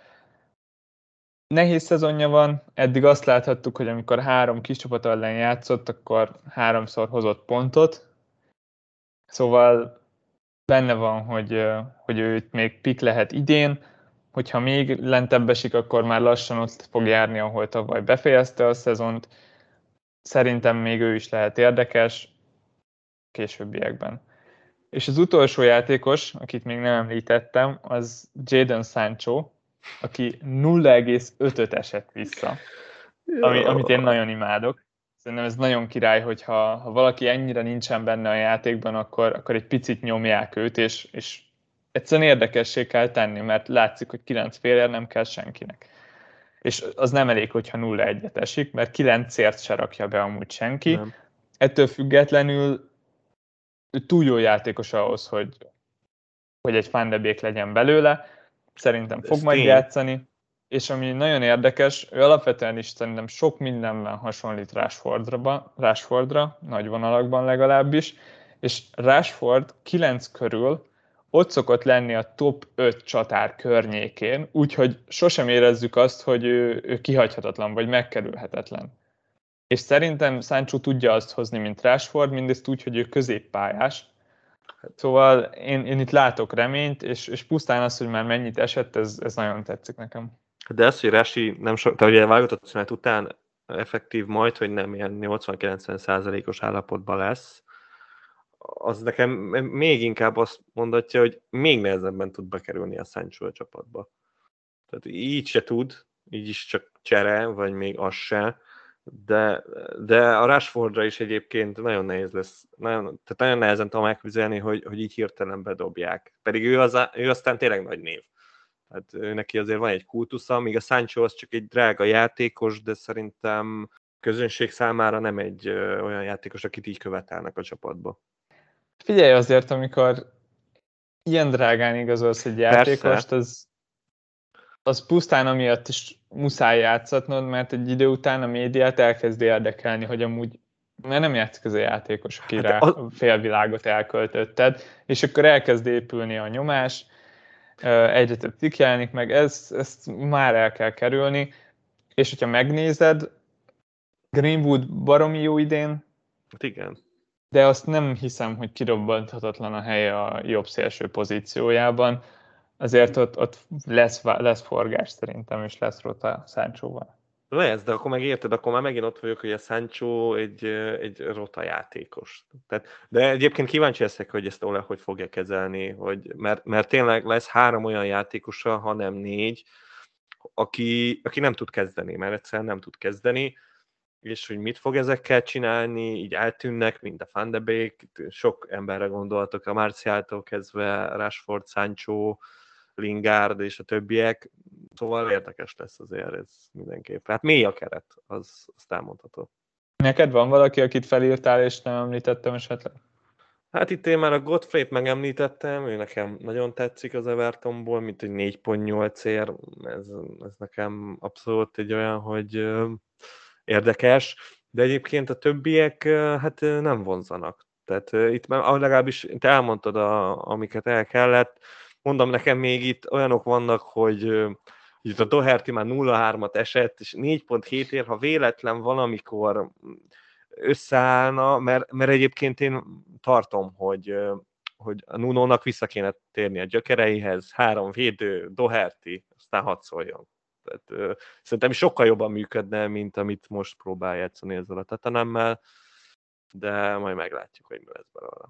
Nehéz szezonja van, eddig azt láthattuk, hogy amikor három kis csapat ellen játszott, akkor háromszor hozott pontot. Szóval benne van, hogy, hogy ő még pick lehet idén, hogyha még lentebb esik, akkor már lassan ott fog járni, ahol tavaly befejezte a szezont. Szerintem még ő is lehet érdekes későbbiekben. És az utolsó játékos, akit még nem említettem, az Jadon Sancho, aki nulla egész ötöt esett vissza, ami, amit én nagyon imádok. Szerintem ez nagyon király, hogyha ha valaki ennyire nincsen benne a játékban, akkor, akkor egy picit nyomják őt, és, és egyszerűen érdekessé kell tenni, mert látszik, hogy kilenc félér nem kell senkinek. És az nem elég, hogyha nulla egyet esik, mert kilencért se rakja be amúgy senki. Nem. Ettől függetlenül ő túl jó játékos ahhoz, hogy, hogy egy Van de Beek legyen belőle. Szerintem fog Ez majd tény. játszani. És ami nagyon érdekes, ő alapvetően is szerintem sok mindenben hasonlít Rashfordra, Rashfordra, nagy vonalakban legalábbis, és Rashford kilenc körül ott szokott lenni a top öt csatár környékén, úgyhogy sosem érezzük azt, hogy ő, ő kihagyhatatlan, vagy megkerülhetetlen. És szerintem Sancho tudja azt hozni, mint Rashford, mindezt úgy, hogy ő középpályás. Szóval én, én itt látok reményt, és, és pusztán az, hogy már mennyit esett, ez, ez nagyon tetszik nekem. De az, hogy Rasi nem sok, te ugye válogatott szünet után effektív majd, hogy nem ilyen nyolcvan-kilencven százalékos állapotban lesz, az nekem még inkább azt mondatja, hogy még nehezebben tud bekerülni a Sancho a csapatba. Tehát így se tud, így is csak csere, vagy még az se, de, de a Rashfordra is egyébként nagyon nehéz lesz, nagyon, tehát nagyon nehezen tudom megküzdeni, hogy, hogy így hirtelen bedobják. Pedig ő, az, ő aztán tényleg nagy név. Hát ő neki azért van egy kultusza, míg a Sancho az csak egy drága játékos, de szerintem közönség számára nem egy ö, olyan játékos, akit így követelnek a csapatba. Figyelj azért, amikor ilyen drágán igazolsz egy játékost, az, az pusztán amiatt is muszáj játszatnod, mert egy idő után a médiát elkezdi érdekelni, hogy amúgy, mert nem játszik az a játékos, akire hát a félvilágot elköltötted, és akkor elkezd épülni a nyomás, egyre több cikk jelenik meg, ezt, ezt már el kell kerülni, és hogyha megnézed, Greenwood baromi jó idén, Hát igen. de azt nem hiszem, hogy kirobbanthatatlan a helye a jobb szélső pozíciójában, azért ott, ott lesz, lesz forgás szerintem, és lesz rota Sanchóval. Lesz, de akkor megérted, akkor már megint ott vagyok, hogy a Sancho egy, egy rota játékos. Tehát, de egyébként kíváncsi leszek, hogy ezt Ole hogy fogja kezelni, hogy, mert, mert tényleg lesz három olyan játékosa, hanem négy, aki, aki nem tud kezdeni, mert egyszerűen nem tud kezdeni, és hogy mit fog ezekkel csinálni, így eltűnnek, mint a Van de Beek, sok emberre gondoltok, a Martialtól kezdve Rashford, Sancho, Lingard és a többiek, szóval érdekes lesz azért ez mindenképp. Hát mély a keret, az, azt elmondható. Neked van valaki, akit felírtál, és nem említettem esetleg? Hát itt én már a Godfrey-t megemlítettem, ő nekem nagyon tetszik az Evertonból, mint egy négy pont nyolc ér, ez, ez nekem abszolút egy olyan, hogy érdekes, de egyébként a többiek hát nem vonzanak. Tehát itt már legalábbis te elmondtad, a, amiket el kellett. Mondom, nekem még itt olyanok vannak, hogy itt a Doherty már nulla hármat esett, és négy pont hét ér, ha véletlen valamikor összeállna, mert, mert egyébként én tartom, hogy, hogy a Nunónak vissza kéne térni a gyökereihez, három védő, Doherty, aztán hadd szóljon. Tehát, uh, szerintem sokkal jobban működne, mint amit most próbál játszani ezzel a Tottenhammel, de majd meglátjuk, hogy mi lesz belőle.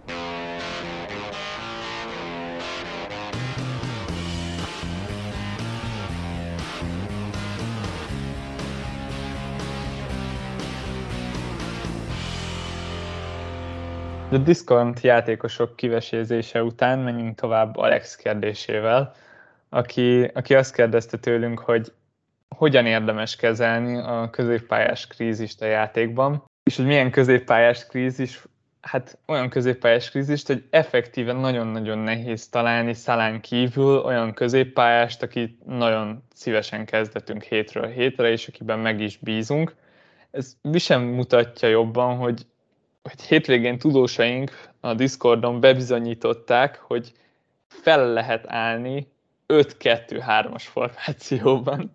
A diszkont játékosok kivesézése után menjünk tovább Alex kérdésével, aki, aki azt kérdezte tőlünk, hogy hogyan érdemes kezelni a középpályás krízist a játékban, és hogy milyen középpályás krízis, hát olyan középpályás krízist, hogy effektíven nagyon-nagyon nehéz találni Salán kívül olyan középpályást, akit nagyon szívesen kezdetünk hétről hétre, és akiben meg is bízunk. Ez mi sem mutatja jobban, hogy hogy hétvégén tudósaink a Discordon bebizonyították, hogy fel lehet állni öt kettő hármas formációban.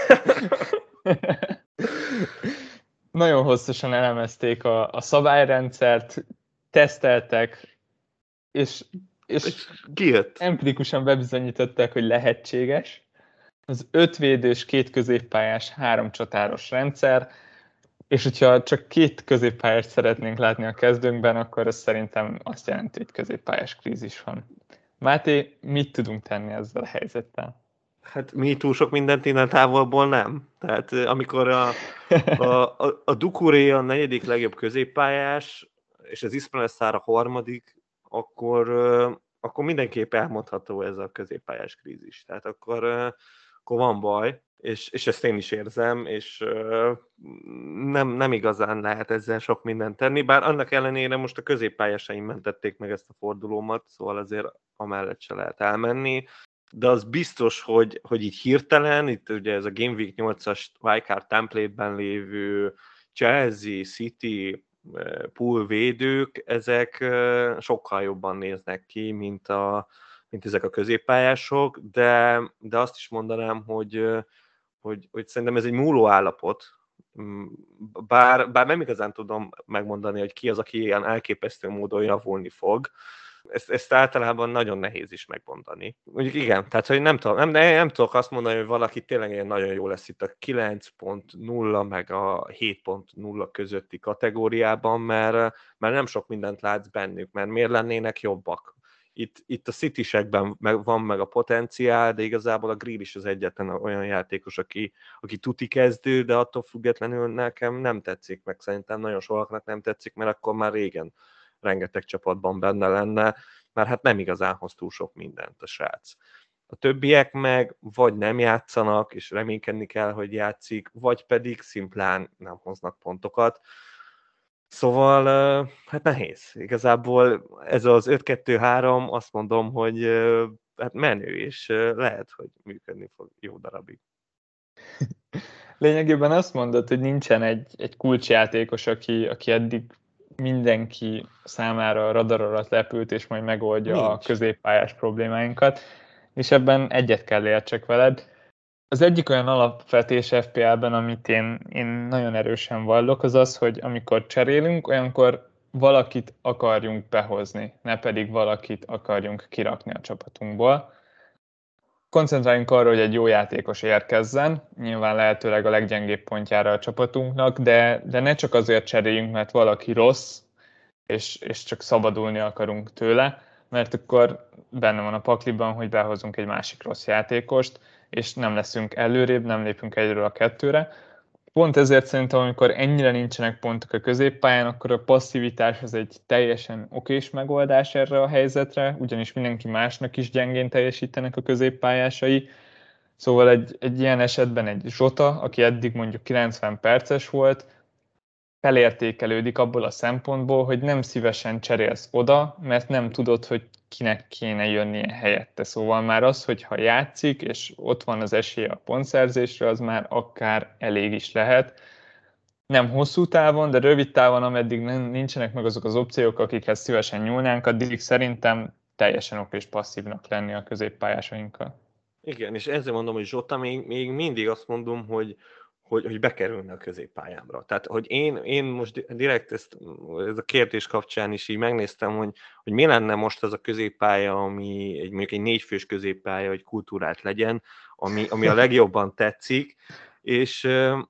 Nagyon hosszasan elemezték a, a szabályrendszert, teszteltek, és, és empirikusan bebizonyították, hogy lehetséges. Az öt védős, két középpályás, három csatáros rendszer, és hogyha csak két középpályást szeretnénk látni a kezdőnkben, akkor ez szerintem azt jelenti, hogy középpályás krízis van. Máté, mit tudunk tenni ezzel a helyzettel? Hát mi túl sok mindent innen távolból nem. Tehát amikor a, a, a, a Doucouré a negyedik legjobb középpályás, és az Ispreleszár a harmadik, akkor, akkor mindenképp elmondható ez a középpályás krízis. Tehát akkor, akkor van baj, és, és ezt én is érzem, és nem, nem igazán lehet ezzel sok mindent tenni, bár annak ellenére most a középpályásaim mentették meg ezt a fordulómat, szóval azért amellett se lehet elmenni. De az biztos, hogy, hogy így hirtelen, itt ugye ez a Game Week nyolcas wildcard template-ben lévő Chelsea, City, pool védők, ezek sokkal jobban néznek ki, mint, a, mint ezek a középpályások, de, de azt is mondanám, hogy, hogy, hogy szerintem ez egy múló állapot, bár, bár nem igazán tudom megmondani, hogy ki az, aki ilyen elképesztő módon javulni fog. Ezt, ezt általában nagyon nehéz is megmondani. Mondjuk igen, tehát hogy nem, tudom, nem, nem tudok azt mondani, hogy valaki tényleg ilyen nagyon jó lesz itt a kilenc pont nulla meg a hét pont nulla közötti kategóriában, mert, mert nem sok mindent látsz bennük, mert miért lennének jobbak? Itt, itt a City-sekben meg, van meg a potenciál, de igazából a Grealish az egyetlen olyan játékos, aki, aki tuti kezdő, de attól függetlenül nekem nem tetszik, meg szerintem nagyon sokaknak nem tetszik, mert akkor már régen rengeteg csapatban benne lenne, mert hát nem igazán hoz túl sok mindent a srác. A többiek meg vagy nem játszanak, és reménykedni kell, hogy játszik, vagy pedig szimplán nem hoznak pontokat. Szóval hát nehéz. Igazából ez az öt kettő három, azt mondom, hogy hát menő, és lehet, hogy működni fog jó darabig. Lényegében azt mondod, hogy nincsen egy, egy kulcsjátékos, aki, aki eddig mindenki számára a radar alatt lepült, és majd megoldja Nincs. a középpályás problémáinkat, és ebben egyet kell értsek veled. Az egyik olyan alapvetés ef pé el-ben, amit én, én nagyon erősen vallok, az az, hogy amikor cserélünk, olyankor valakit akarjunk behozni, ne pedig valakit akarjunk kirakni a csapatunkból. Koncentráljunk arra, hogy egy jó játékos érkezzen, nyilván lehetőleg a leggyengébb pontjára a csapatunknak, de, de ne csak azért cseréljünk, mert valaki rossz, és, és csak szabadulni akarunk tőle, mert akkor benne van a pakliban, hogy behozunk egy másik rossz játékost, és nem leszünk előrébb, nem lépünk egyről a kettőre. Pont ezért szerintem, amikor ennyire nincsenek pontok a középpályán, akkor a passzivitás az egy teljesen okés megoldás erre a helyzetre, ugyanis mindenki másnak is gyengén teljesítenek a középpályásai. Szóval egy, egy ilyen esetben egy Zsota, aki eddig mondjuk kilencven perces volt, felértékelődik abból a szempontból, hogy nem szívesen cserélsz oda, mert nem tudod, hogy kinek kéne jönnie helyette. Szóval már az, hogy ha játszik, és ott van az esélye a pontszerzésre, az már akár elég is lehet. Nem hosszú távon, de rövid távon, ameddig nincsenek meg azok az opciók, akikhez szívesen nyúlnánk, addig szerintem teljesen okés passzívnak lenni a középpályásainkkal. Igen, és ezzel mondom, hogy Zsota még, még mindig azt mondom, hogy Hogy, hogy bekerülne a középpályámra. Tehát, hogy én, én most direkt ezt, ez a kérdés kapcsán is így megnéztem, hogy, hogy mi lenne most az a középpálya, ami egy, mondjuk egy négyfős középpálya, hogy kultúrát legyen, ami, ami a legjobban tetszik, és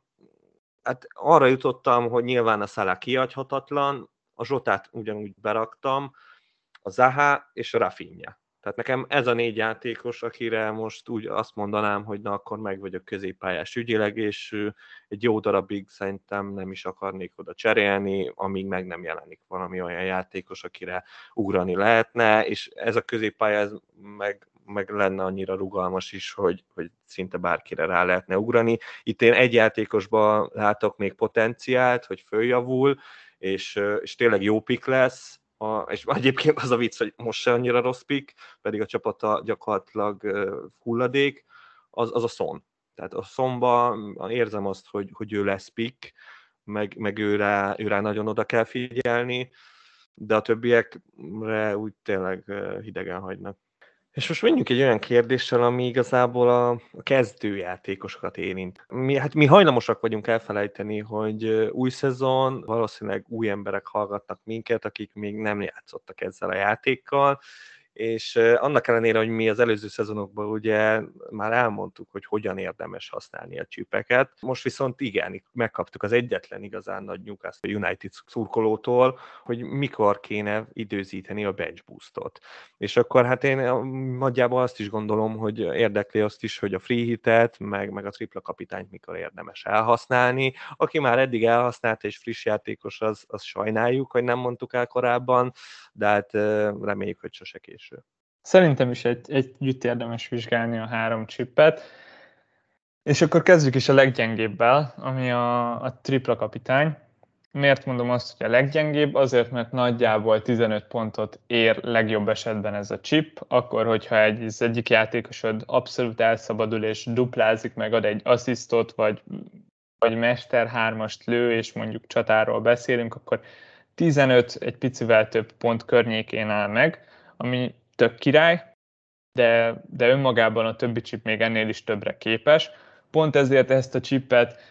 hát arra jutottam, hogy nyilván a Salah kihagyhatatlan, a Zsotát ugyanúgy beraktam, a Zaha és a Rafinha. Tehát nekem ez a négy játékos, akire most úgy azt mondanám, hogy na akkor meg vagyok középpályás ügyileg, és egy jó darabig szerintem nem is akarnék oda cserélni, amíg meg nem jelenik valami olyan játékos, akire ugrani lehetne, és ez a középpálya ez meg, meg lenne annyira rugalmas is, hogy, hogy szinte bárkire rá lehetne ugrani. Itt én egy játékosban látok még potenciált, hogy följavul, és, és tényleg jó pick lesz, A, és egyébként az a vicc, hogy most se annyira rossz pick, pedig a csapata gyakorlatilag uh, hulladék, az, az a Son. Tehát a Sonban érzem azt, hogy, hogy ő lesz pick, meg, meg ő, rá, ő rá nagyon oda kell figyelni, de a többiekre úgy tényleg uh, hidegen hagynak. És most menjünk egy olyan kérdéssel, ami igazából a, a kezdőjátékosokat érint. Mi, hát mi hajlamosak vagyunk elfelejteni, hogy új szezon, valószínűleg új emberek hallgatnak minket, akik még nem játszottak ezzel a játékkal, és annak ellenére, hogy mi az előző szezonokban ugye már elmondtuk, hogy hogyan érdemes használni a csipeket, most viszont igen, megkaptuk az egyetlen igazán nagy Newcastle United szurkolótól, hogy mikor kéne időzíteni a bench boostot. És akkor hát én nagyjából azt is gondolom, hogy érdekli azt is, hogy a free hitet, meg, meg a tripla kapitányt mikor érdemes elhasználni. Aki már eddig elhasználta és friss játékos, az, az sajnáljuk, hogy nem mondtuk el korábban, de hát reméljük, hogy sose késő. Szerintem is egy, együtt érdemes vizsgálni a három csippet, és akkor kezdjük is a leggyengébbel, ami a, a tripla kapitány. Miért mondom azt, hogy a leggyengébb? Azért, mert nagyjából tizenöt pontot ér legjobb esetben ez a chip, akkor, hogyha egy, az egyik játékosod abszolút elszabadul és duplázik, meg ad egy asszisztot, vagy, vagy mester hármast lő, és mondjuk csatáról beszélünk, akkor tizenöt, egy picivel több pont környékén áll meg, ami tök király, de, de önmagában a többi chip még ennél is többre képes. Pont ezért ezt a chipet,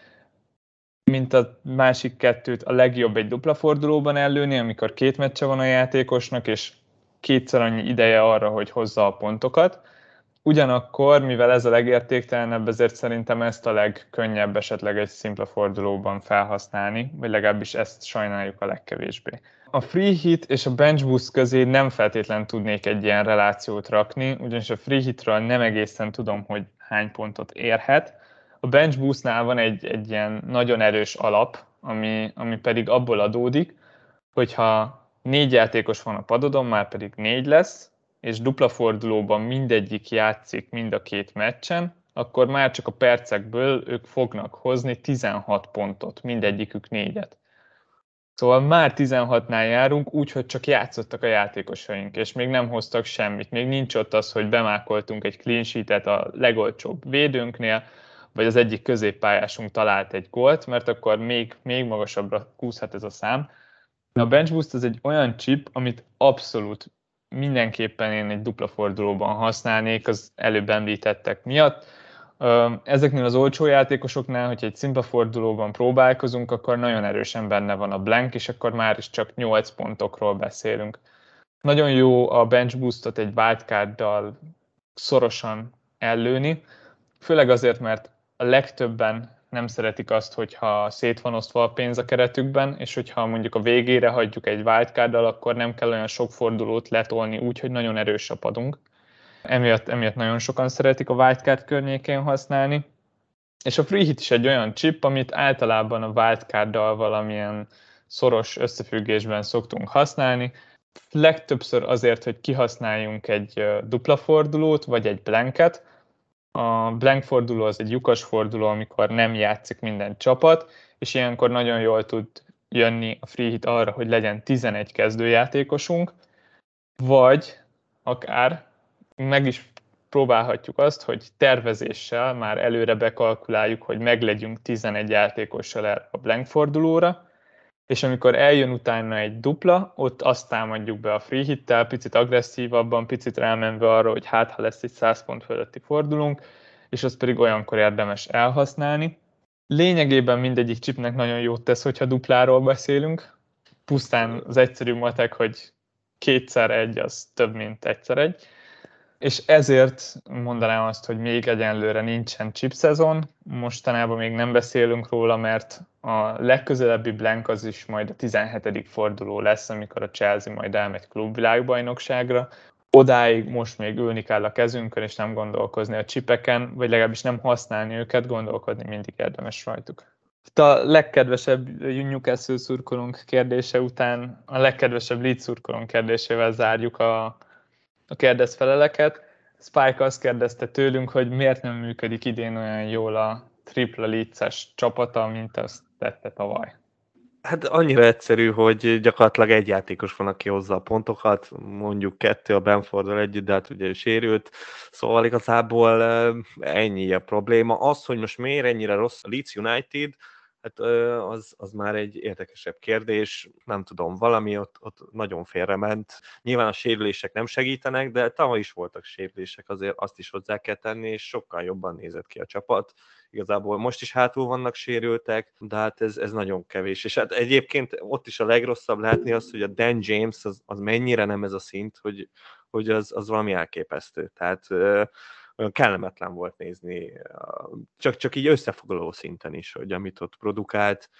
mint a másik kettőt, a legjobb egy dupla fordulóban ellőni, amikor két meccse van a játékosnak, és kétszer annyi ideje arra, hogy hozza a pontokat. Ugyanakkor, mivel ez a legértéktelenebb, ezért szerintem ezt a legkönnyebb esetleg egy szimpla fordulóban felhasználni, vagy legalábbis ezt sajnáljuk a legkevésbé. A free hit és a bench boost közé nem feltétlen tudnék egy ilyen relációt rakni, ugyanis a free hitről nem egészen tudom, hogy hány pontot érhet. A bench boostnál van egy, egy ilyen nagyon erős alap, ami, ami pedig abból adódik, hogyha négy játékos van a padodon, már pedig négy lesz, és dupla fordulóban mindegyik játszik mind a két meccsen, akkor már csak a percekből ők fognak hozni tizenhat pontot, mindegyikük négyet. Szóval már tizenhatnál járunk, úgyhogy csak játszottak a játékosaink, és még nem hoztak semmit. Még nincs ott az, hogy bemákoltunk egy clean sheetet a legolcsóbb védőnknél, vagy az egyik középpályásunk talált egy gólt, mert akkor még, még magasabbra kúszhat ez a szám. A bench boost az egy olyan chip, amit abszolút mindenképpen én egy dupla fordulóban használnék az előbb említettek miatt. Ezeknél az olcsó játékosoknál, hogyha egy szimpla fordulóban próbálkozunk, akkor nagyon erősen benne van a blank, és akkor már is csak nyolc pontokról beszélünk. Nagyon jó a bench boostot egy wildcarddal szorosan ellőni, főleg azért, mert a legtöbben nem szeretik azt, hogyha szét van osztva a pénz a keretükben, és hogyha mondjuk a végére hagyjuk egy wildcarddal, akkor nem kell olyan sok fordulót letolni úgy, hogy nagyon erős a padunk. Emiatt, emiatt nagyon sokan szeretik a wildcard környékén használni. És a free hit is egy olyan chip, amit általában a wildcarddal valamilyen szoros összefüggésben szoktunk használni. Legtöbbször azért, hogy kihasználjunk egy dupla fordulót, vagy egy blanket. A blank forduló az egy lyukas forduló, amikor nem játszik minden csapat, és ilyenkor nagyon jól tud jönni a free hit arra, hogy legyen tizenegy kezdőjátékosunk, vagy akár meg is próbálhatjuk azt, hogy tervezéssel már előre bekalkuláljuk, hogy meglegyünk tizenegy játékossal erre a blank fordulóra, és amikor eljön utána egy dupla, ott azt támadjuk be a free hittel, picit agresszívabban, picit rámenve arra, hogy hát ha lesz egy száz pont fölötti fordulunk, és azt pedig olyankor érdemes elhasználni. Lényegében mindegyik chipnek nagyon jót tesz, hogyha dupláról beszélünk. Pusztán az egyszerű matek, hogy kétszer egy, az több, mint egyszer egy. És ezért mondanám azt, hogy még egyenlőre nincsen chip szezon, mostanában még nem beszélünk róla, mert a legközelebbi blank az is majd a tizenhetedik forduló lesz, amikor a Chelsea majd elmegy klubvilágbajnokságra. Odáig most még ülni kell a kezünkön, és nem gondolkozni a chipeken, vagy legalábbis nem használni őket, gondolkodni mindig érdemes rajtuk. A legkedvesebb Newcastle szurkolónk kérdése után a legkedvesebb Leeds szurkolónk kérdésével zárjuk a, a kérdezfeleleket. Spike azt kérdezte tőlünk, hogy miért nem működik idén olyan jól a tripla Leeds-es csapata, mint azt tette tavaly. Hát annyira egyszerű, hogy gyakorlatilag egy játékos van, aki hozza a pontokat, mondjuk kettő a Bamforddal együtt, de hát ugye ő sérült, szóval igazából ennyi a probléma. Az, hogy most miért ennyire rossz a Leeds United, hát az, az már egy érdekesebb kérdés, nem tudom, valami ott, ott nagyon félrement. Nyilván a sérülések nem segítenek, de tavaly is voltak sérülések, azért azt is hozzá kell tenni, és sokkal jobban nézett ki a csapat. Igazából most is hátul vannak sérültek, de hát ez, ez nagyon kevés. És hát egyébként ott is a legrosszabb látni azt, hogy a Dan James az, az mennyire nem ez a szint, hogy, hogy az, az valami elképesztő. Tehát olyan kellemetlen volt nézni, csak, csak így összefoglaló szinten is, hogy amit ott produkált,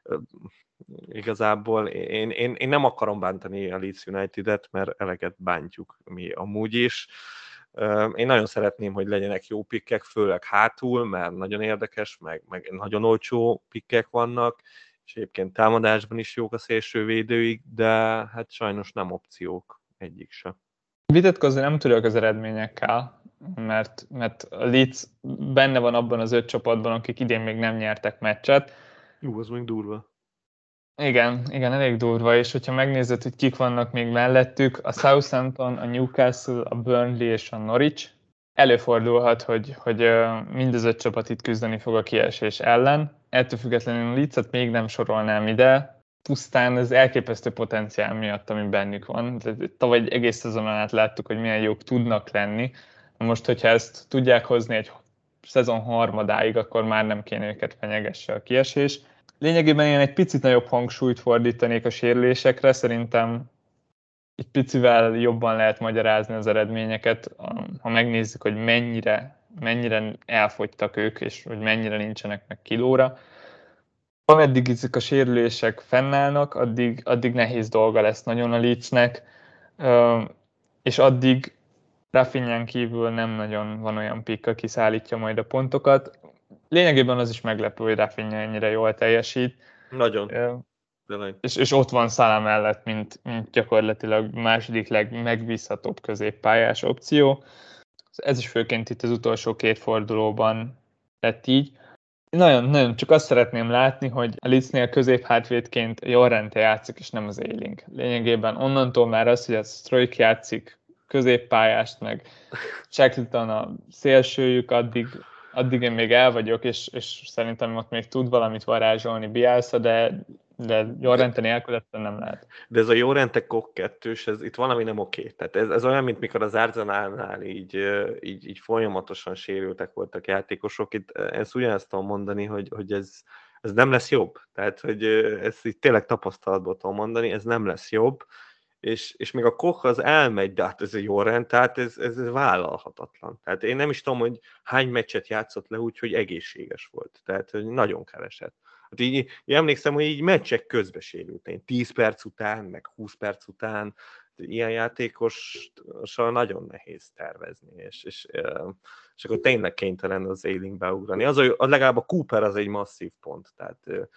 igazából én, én, én nem akarom bántani a Leeds United-et, mert eleget bántjuk mi amúgy is. Én nagyon szeretném, hogy legyenek jó pikkek, főleg hátul, mert nagyon érdekes, meg, meg nagyon olcsó pikkek vannak, és egyébként támadásban is jók a szélsővédőik, de hát sajnos nem opciók egyik se. Vitatkozni nem tudok az eredményekkel, mert, mert a Leeds benne van abban az öt csapatban, akik idén még nem nyertek meccset. Jú, az még durva. Igen, igen, elég durva, és hogyha megnézed, hogy kik vannak még mellettük, a Southampton, a Newcastle, a Burnley és a Norwich, előfordulhat, hogy, hogy mind az öt csapat itt küzdeni fog a kiesés ellen. Ettől függetlenül a Leedset még nem sorolnám ide, pusztán az elképesztő potenciál miatt, ami bennük van. Tavaly egy egész szezonon át láttuk, hogy milyen jók tudnak lenni. Most, hogyha ezt tudják hozni egy szezon harmadáig, akkor már nem kéne őket fenyegesse a kiesés. Lényegében én egy picit nagyobb hangsúlyt fordítanék a sérülésekre, szerintem egy picivel jobban lehet magyarázni az eredményeket, ha megnézzük, hogy mennyire, mennyire elfogytak ők, és hogy mennyire nincsenek meg kilóra. Ameddig ezek a sérülések fennállnak, addig, addig nehéz dolga lesz nagyon a Leedsnek, és addig Rafinhán kívül nem nagyon van olyan pikk, aki szállítja majd a pontokat. Lényegében az is meglepő, hogy Rafinha ennyire jól teljesít. Nagyon. És, és ott van Salah mellett, mint, mint gyakorlatilag második legmegbízhatóbb középpályás opció. Ez is főként itt az utolsó két fordulóban lett így. Nagyon, nagyon csak azt szeretném látni, hogy a Leedsnél középhátvédként Llorente játszik, és nem az Ayling. Lényegében onnantól már az, hogy a Struijk játszik középpályást, meg Shackleton a szélsőjük, addig, addig én még el vagyok, és, és szerintem ott még tud valamit varázsolni Bielsa, de de Llorente nélkül ezt nem lehet. De ez a Llorente Koch kettős, ez itt valami nem oké. Tehát ez, ez olyan, mint mikor az Arsenalnál így, így, így folyamatosan sérültek voltak játékosok. Itt ezt ugyanezt tudom mondani, hogy, hogy ez, ez nem lesz jobb. Tehát, hogy ezt így tényleg tapasztalatból tudom mondani, ez nem lesz jobb. És, és még a Koch az elmegy, de hát ez a Llorente, tehát ez, ez vállalhatatlan. Tehát én nem is tudom, hogy hány meccset játszott le úgy, hogy egészséges volt. Tehát hogy nagyon keveset. Hát így, így emlékszem, hogy így meccsek közbe sérült. Én tíz perc után, meg húsz perc után, ilyen játékossal nagyon nehéz tervezni, és, és, és akkor tényleg kénytelen az Ayling beugrani. Az, az legalább a Cooper az egy masszív pont, tehát ő,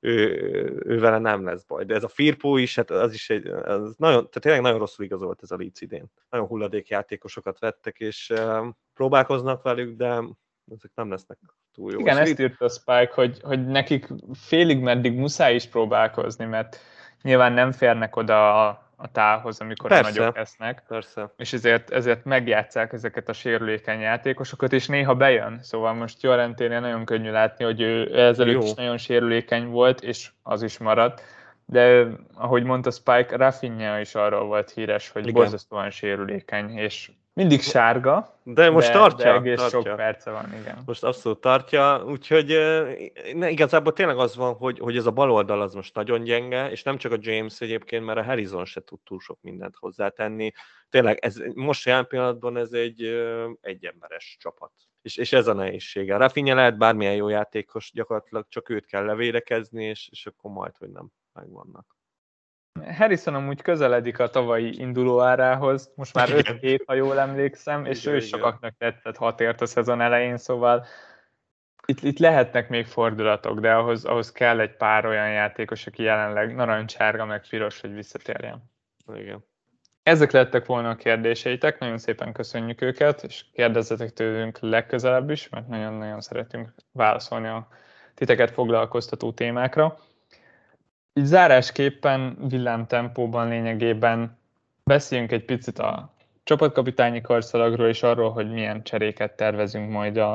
ő, ő vele nem lesz baj. De ez a Firpo is, hát az is egy, az nagyon, tehát tényleg nagyon rosszul igazolt ez a Leeds idén. Nagyon hulladék játékosokat vettek, és próbálkoznak velük, de ezek nem lesznek túl jó. Igen, ezt írta a Spike, hogy, hogy nekik félig meddig muszáj is próbálkozni, mert nyilván nem férnek oda a, a távhoz, amikor persze, a nagyok esznek, persze. És ezért, ezért megjátsszák ezeket a sérülékeny játékosokat, és néha bejön. Szóval most Llorenténél nagyon könnyű látni, hogy ő ezelőtt is nagyon sérülékeny volt, és az is maradt. De ahogy mondta Spike, Rafinha is arról volt híres, hogy igen, borzasztóan sérülékeny, és mindig sárga, de most de, tartja, de egész tartja. sok perce van, igen. Most abszolút tartja, úgyhogy ne, igazából tényleg az van, hogy, hogy ez a bal oldal az most nagyon gyenge, és nem csak a James egyébként, mert a Harrison se tud túl sok mindent hozzátenni. Tényleg ez, most jelen pillanatban ez egy egyemberes csapat. És, és ez a nehézsége. Rafinha lehet bármilyen jó játékos, gyakorlatilag csak őt kell levédekezni, és, és akkor majd, hogy nem megvannak. Harrison amúgy közeledik a tavalyi induló árához, most már öt hét, ha jól emlékszem, és igen, ő is sokaknak tetszett hatért a szezon elején, szóval itt, itt lehetnek még fordulatok, de ahhoz, ahhoz kell egy pár olyan játékos, aki jelenleg narancsárga, meg piros, hogy visszatérjen. Igen. Ezek lettek volna a kérdéseitek, nagyon szépen köszönjük őket, és kérdezzetek tőlünk legközelebb is, mert nagyon-nagyon szeretünk válaszolni a titeket foglalkoztató témákra. Így zárásképpen villámtempóban lényegében beszéljünk egy picit a csapatkapitányi karszalagról, és arról, hogy milyen cseréket tervezünk majd a,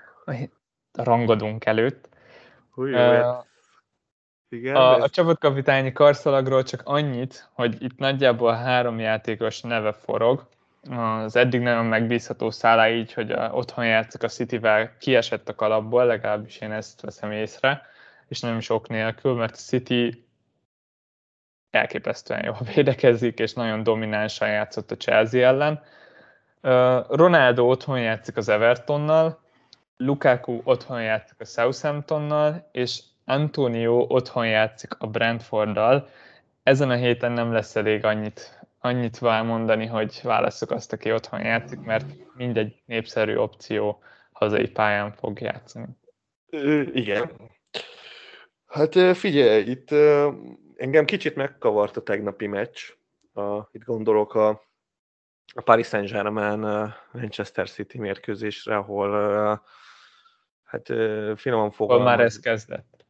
a rangadónk előtt. Hú, jó, uh, igen, a, ez... a csapatkapitányi karszalagról csak annyit, hogy itt nagyjából három játékos neve forog. Az eddig nagyon megbízható Salah, így, hogy a, otthon játszik a Cityvel, kiesett a kalapból, legalábbis én ezt veszem észre, és nem is ok nélkül, mert a City elképesztően jól védekezik, és nagyon dominánsan játszott a Chelsea ellen. Ronaldo otthon játszik az Evertonnal, Lukaku otthon játszik a Southamptonnal, és Antonio otthon játszik a Brentforddal. Ezen a héten nem lesz elég annyit, annyit mondani, hogy válasszuk azt, aki otthon játszik, mert mindegy népszerű opció hazai pályán fog játszani. Ö, igen. Hát figyelj, itt engem kicsit megkavart a tegnapi meccs. A, itt gondolok a, a Paris Saint-Germain Manchester City mérkőzésre, ahol hát finoman fogalmaz. Ahol már ez kezdett.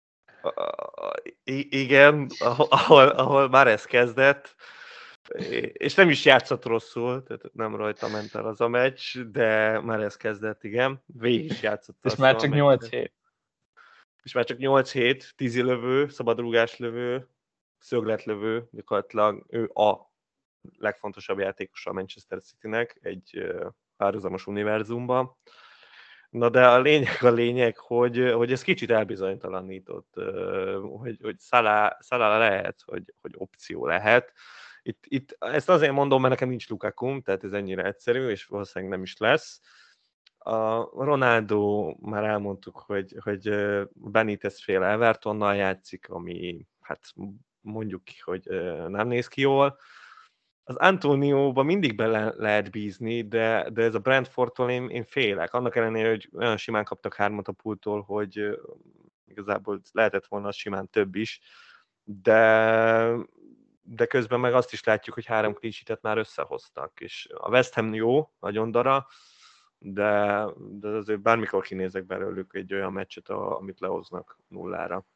I- igen, ahol, ahol már ez kezdett, és nem is játszott rosszul, tehát nem rajta ment el az a meccs, de már ez kezdett, igen. Végig is játszott. És már csak nyolc hét. És már csak nyolc hét, tízi lövő, szabadrúgás lövő, szögletlövő, gyakorlatilag ő a legfontosabb játékosa a Manchester Citynek egy párhuzamos univerzumban. Na de a lényeg a lényeg, hogy, hogy ez kicsit elbizonytalanított, hogy, hogy Salah, Salah lehet, hogy, hogy opció lehet. Itt, itt, ezt azért mondom, mert nekem nincs Lukakum, tehát ez ennyire egyszerű, és valószínűleg nem is lesz. A Ronaldo, már elmondtuk, hogy, hogy Benitez féle Evertonnal játszik, ami hát mondjuk ki, hogy nem néz ki jól. Az Antonióban mindig bele lehet bízni, de, de ez a Brentfordtól én, én félek. Annak ellenére, hogy olyan simán kaptak hármat a pultól, hogy igazából lehetett volna az simán több is, de, de közben meg azt is látjuk, hogy három clean sheetet már összehoztak, és a West Ham jó, nagyon dara, de, de azért bármikor kinézek belőlük egy olyan meccset, amit lehoznak nullára.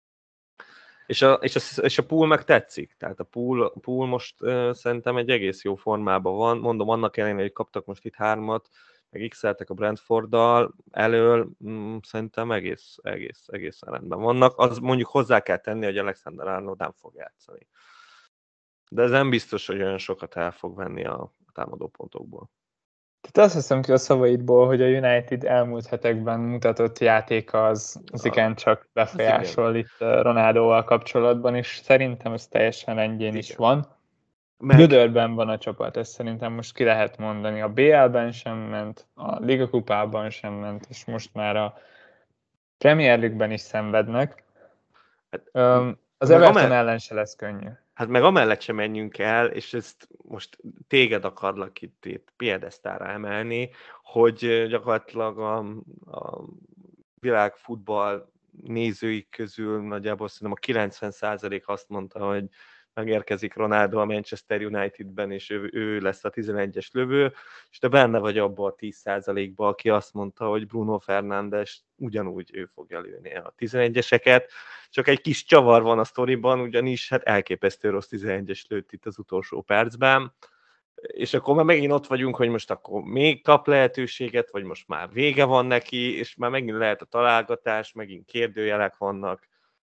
És a, és, a, és a pool meg tetszik, tehát a pool, a pool most uh, szerintem egy egész jó formában van, mondom, annak ellenére, hogy kaptak most itt hármat, meg x-eltek a Brentforddal elől, mm, szerintem egész, egész, egész rendben vannak. Az mondjuk hozzá kell tenni, hogy Alexander Arnold nem fog játszani. De ez nem biztos, hogy olyan sokat el fog venni a támadó pontokból. Tehát azt hiszem ki a szavaidból, hogy a United elmúlt hetekben mutatott játéka az, az igen csak befolyásol itt Ronaldoval kapcsolatban, és szerintem ez teljesen rendjén is van. Meg... Gödörben van a csapat, ezt szerintem most ki lehet mondani. A bé el-ben sem ment, a Liga kupában sem ment, és most már a Premier League-ben is szenvednek. Hát, az Everton amell... ellen se lesz könnyű. Hát meg amellett sem menjünk el, és ezt most téged akarlak itt, itt piedesztára emelni, hogy gyakorlatilag a, a világ futball nézőik közül nagyjából szerintem a kilencven százalék azt mondta, hogy megérkezik Ronaldo a Manchester Unitedben, és ő, ő lesz a tizenegyes lövő, és te benne vagy abban a tíz százalékban, aki azt mondta, hogy Bruno Fernandes ugyanúgy ő fogja lőni a tizenegyeseket, csak egy kis csavar van a sztoriban, ugyanis hát elképesztő rossz tizenegyes lőtt itt az utolsó percben, és akkor már megint ott vagyunk, hogy most akkor még kap lehetőséget, vagy most már vége van neki, és már megint lehet a találgatás, megint kérdőjelek vannak.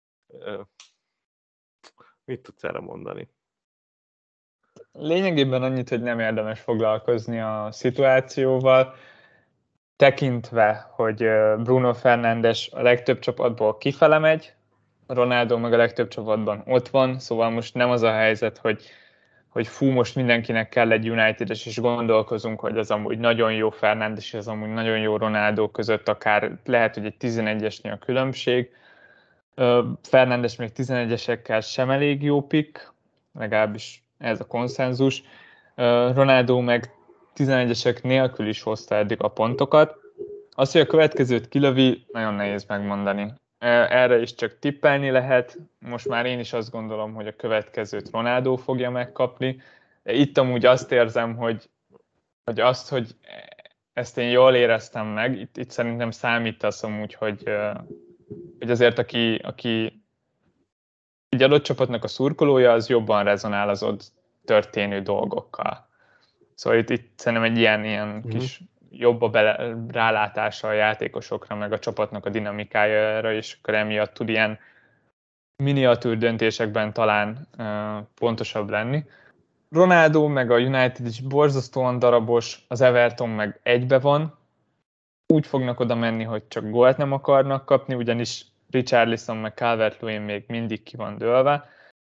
Mit tudsz erre mondani? Lényegében annyit, hogy nem érdemes foglalkozni a szituációval, tekintve, hogy Bruno Fernandes a legtöbb csapatból kifele megy, Ronaldo meg a legtöbb csapatban ott van, szóval most nem az a helyzet, hogy, hogy fú, most mindenkinek kell egy United-es, és gondolkozunk, hogy az amúgy nagyon jó Fernandes, és az amúgy nagyon jó Ronaldo között, akár lehet, hogy egy tizenegyesnél a különbség. Fernandes még tizenegyesekkel sem elég jó pick, legalábbis ez a konszenzus. Ronaldo meg tizenegyesek nélkül is hozta eddig a pontokat. Az, hogy a következőt kilövi, nagyon nehéz megmondani. Erre is csak tippelni lehet. Most már én is azt gondolom, hogy a következőt Ronaldo fogja megkapni. De itt amúgy azt érzem, hogy, hogy azt, hogy ezt én jól éreztem meg, itt, itt szerintem számít az amúgy, hogy, hogy azért aki, aki egy adott csapatnak a szurkolója, az jobban rezonál az ott történő dolgokkal. Szóval itt, itt szerintem egy ilyen, ilyen mm-hmm. kis jobb a bele, rálátása a játékosokra, meg a csapatnak a dinamikájára, és akkor emiatt tud ilyen miniatűr döntésekben talán uh, pontosabb lenni. Ronaldo meg a United is borzasztóan darabos, az Everton meg egybe van. Úgy fognak oda menni, hogy csak gólt nem akarnak kapni, ugyanis Richarlison meg Calvert-Lewin még mindig ki van dőlve.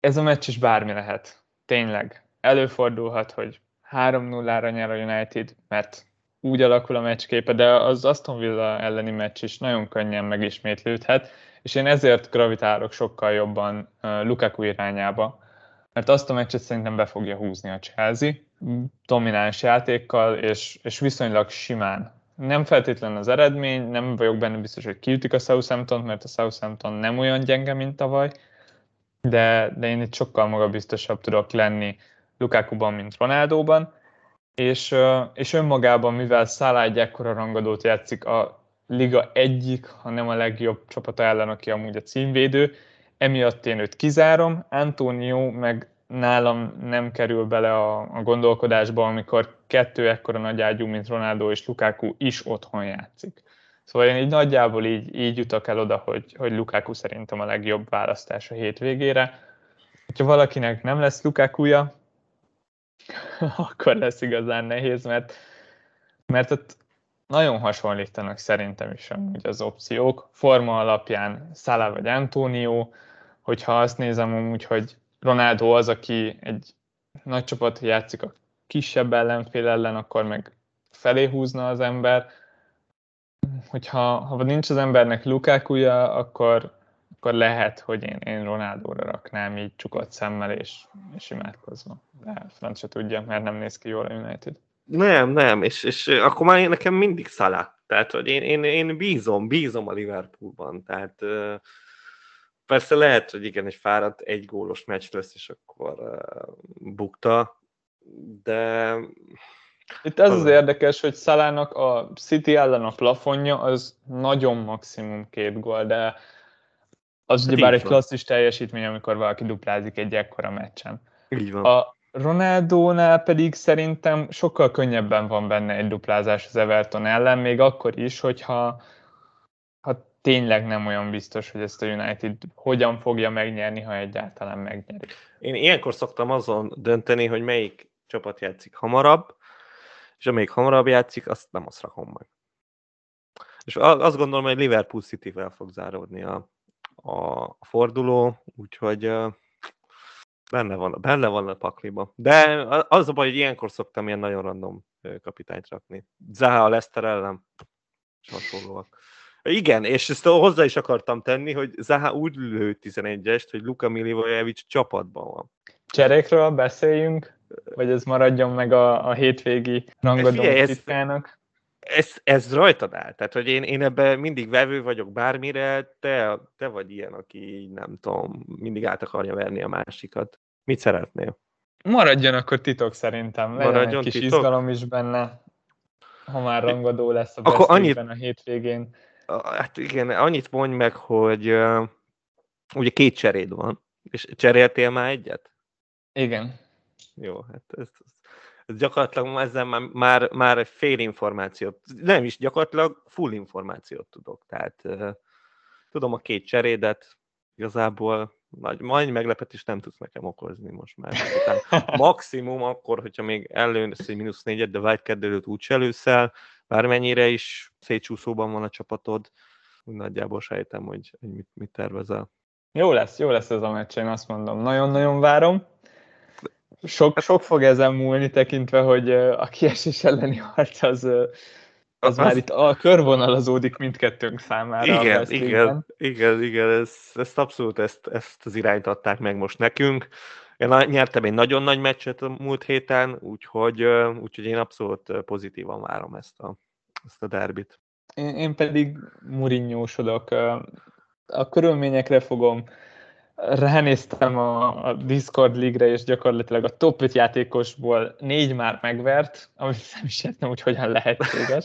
ez a meccs is bármi lehet. Tényleg. Előfordulhat, hogy három nullára nyer a United, mert úgy alakul a meccsképe, de az Aston Villa elleni meccs is nagyon könnyen megismétlődhet, és én ezért gravitálok sokkal jobban uh, Lukaku irányába, mert azt a meccset szerintem be fogja húzni a Chelsea, domináns játékkal, és, és viszonylag simán. Nem feltétlenül az eredmény, nem vagyok benne biztos, hogy kiütik a Southamptont, mert a Southampton nem olyan gyenge, mint tavaly, de, de én itt sokkal magabiztosabb tudok lenni Lukakuban, mint Ronaldóban, és, és önmagában, mivel Salah egy ekkora rangadót játszik a liga egyik, ha nem a legjobb csapata ellen, aki amúgy a címvédő, emiatt én őt kizárom, Antonio meg nálam nem kerül bele a, a gondolkodásba, amikor kettő ekkora nagyágyú, mint Ronaldo és Lukaku is otthon játszik. Szóval én így nagyjából így, így jutok el oda, hogy, hogy Lukaku szerintem a legjobb választás a hétvégére. Ha valakinek nem lesz Lukakuja, akkor lesz igazán nehéz, mert, mert ott nagyon hasonlítanak szerintem is amúgy az opciók. Forma alapján Salah vagy Antonio, hogyha azt nézem amúgy, hogy Ronaldo az, aki egy nagy csapat játszik a kisebb ellenfél ellen, akkor meg felé húzna az ember. Hogyha ha nincs az embernek Lukakuja, akkor, akkor lehet, hogy én, én Ronaldóra raknám így csukott szemmel és, és imádkozva. De franc se tudja, mert nem néz ki jól a United. Nem, nem, és, és akkor már nekem mindig Salah. Tehát, hogy én, én, én bízom, bízom a Liverpoolban. Tehát persze lehet, hogy igen, egy fáradt, egy gólos meccs lesz, és akkor uh, bukta, de... Itt az az érdekes, hogy Salahnak a City ellen a plafonja az nagyon maximum két gól, de az hát ugyebár egy klasszis teljesítmény, amikor valaki duplázik egy ekkora meccsen. Így van. A Ronaldónál pedig szerintem sokkal könnyebben van benne egy duplázás az Everton ellen, még akkor is, hogyha ha tényleg nem olyan biztos, hogy ezt a United hogyan fogja megnyerni, ha egyáltalán megnyeri. Én ilyenkor szoktam azon dönteni, hogy melyik csapat játszik hamarabb, és amelyik hamarabb játszik, azt nem azt rakom meg. És azt gondolom, hogy Liverpool Cityvel fog záródni a, a forduló, úgyhogy benne van, benne van a pakliba. De az a baj, hogy ilyenkor szoktam ilyen nagyon random kapitányt rakni. Zaha a Leicester ellen, és hasonlóak. Igen, és ezt hozzá is akartam tenni, hogy Zaha úgy lő tizenegyest, hogy Luka Milivojevic csapatban van. Cserékről beszéljünk, vagy ez maradjon meg a, a hétvégi rangadó titkának? Ez, ez, ez rajtad áll. Tehát, hogy én, én ebben mindig vevő vagyok bármire, te, te vagy ilyen, aki nem tudom, mindig át akarja verni a másikat. Mit szeretnél? Maradjon akkor titok szerintem. Legyen Maradjon egy kis titok? izgalom is benne, ha már rangadó lesz a Best League-ben a hétvégén. Hát igen, annyit mondj meg, hogy uh, ugye két cseréd van, és cseréltél már egyet? Igen. Jó, hát ez, ez gyakorlatilag ezzel már, már, már fél információt, nem is gyakorlatilag full információt tudok, tehát uh, tudom a két cserédet, igazából nagy, nagy meglepetést nem tudsz nekem okozni most már. Maximum akkor, hogyha még előnsz egy mínusz négyet, de White úgy előszel, bármennyire is szétcsúszóban van a csapatod, úgy nagyjából sejtem, hogy mit, mit tervezel. Jó lesz, jó lesz ez a meccs, én azt mondom. Nagyon-nagyon várom. Sok, sok fog ezen múlni, tekintve, hogy a kiesés elleni harc az, az, az már itt a körvonalazódik mindkettőnk számára. Igen, a igen, igen, igen, ezt, ezt abszolút ezt, ezt az irányt adták meg most nekünk. Én nyertem egy nagyon nagy meccset a múlt héten, úgyhogy, úgyhogy én abszolút pozitívan várom ezt a, ezt a derbit. Én, én pedig Mourinho-sodok. A körülményekre fogom. Ránéztem a, a Discord League-re, és gyakorlatilag a top öt játékosból négy már megvert, amit nem is értem, hogy hogyan lehetséges.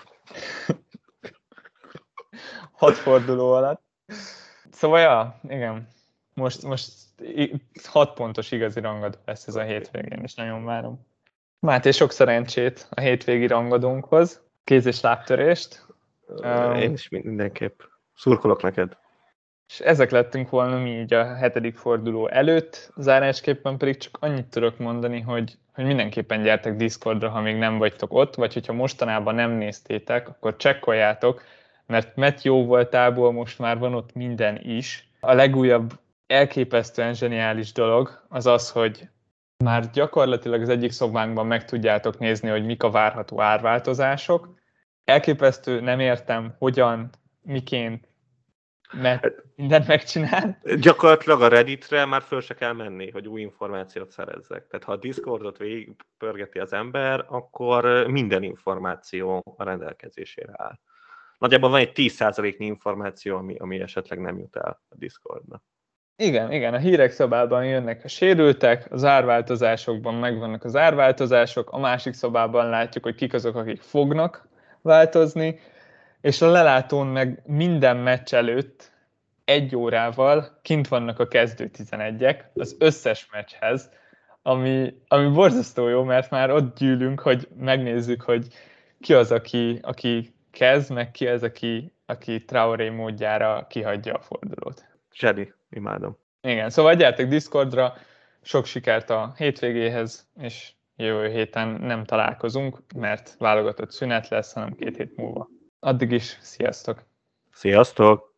Hat forduló alatt. Szóval, ja, igen. Most, most hat pontos igazi rangadó lesz ez a hétvégén, és nagyon várom. Máté, sok szerencsét a hétvégi rangadónkhoz. Kéz- és lábtörést. Én is mindenképp. Szurkolok neked. És ezek lettünk volna mi így a hetedik forduló előtt, zárásképpen pedig csak annyit tudok mondani, hogy, hogy mindenképpen gyertek Discordra, ha még nem vagytok ott, vagy hogyha mostanában nem néztétek, akkor csekkoljátok, mert Matthew voltából most már van ott minden is. A legújabb elképesztően zseniális dolog az az, hogy már gyakorlatilag az egyik szobánkban meg tudjátok nézni, hogy mik a várható árváltozások. Elképesztő, nem értem, hogyan, miként, mert mindent megcsinál. Gyakorlatilag a Redditre már föl se kell menni, hogy új információt szerezzek. Tehát ha a Discordot végigpörgeti az ember, akkor minden információ a rendelkezésére áll. Nagyjából van egy tíz százaléknyi információ, ami, ami esetleg nem jut el a Discordnak. Igen, igen, a hírek szobában jönnek a sérültek, az árváltozásokban megvannak az árváltozások, a másik szobában látjuk, hogy kik azok, akik fognak változni, és a lelátón meg minden meccs előtt egy órával kint vannak a kezdő tizenegyek az összes meccshez, ami, ami borzasztó jó, mert már ott gyűlünk, hogy megnézzük, hogy ki az, aki, aki kezd, meg ki az, aki, aki Traoré módjára kihagyja a fordulót. Zseni, imádom. Igen, szóval adjátok Discordra, sok sikert a hétvégéhez, és jövő héten nem találkozunk, mert válogatott szünet lesz, hanem két hét múlva. Addig is, sziasztok! Sziasztok!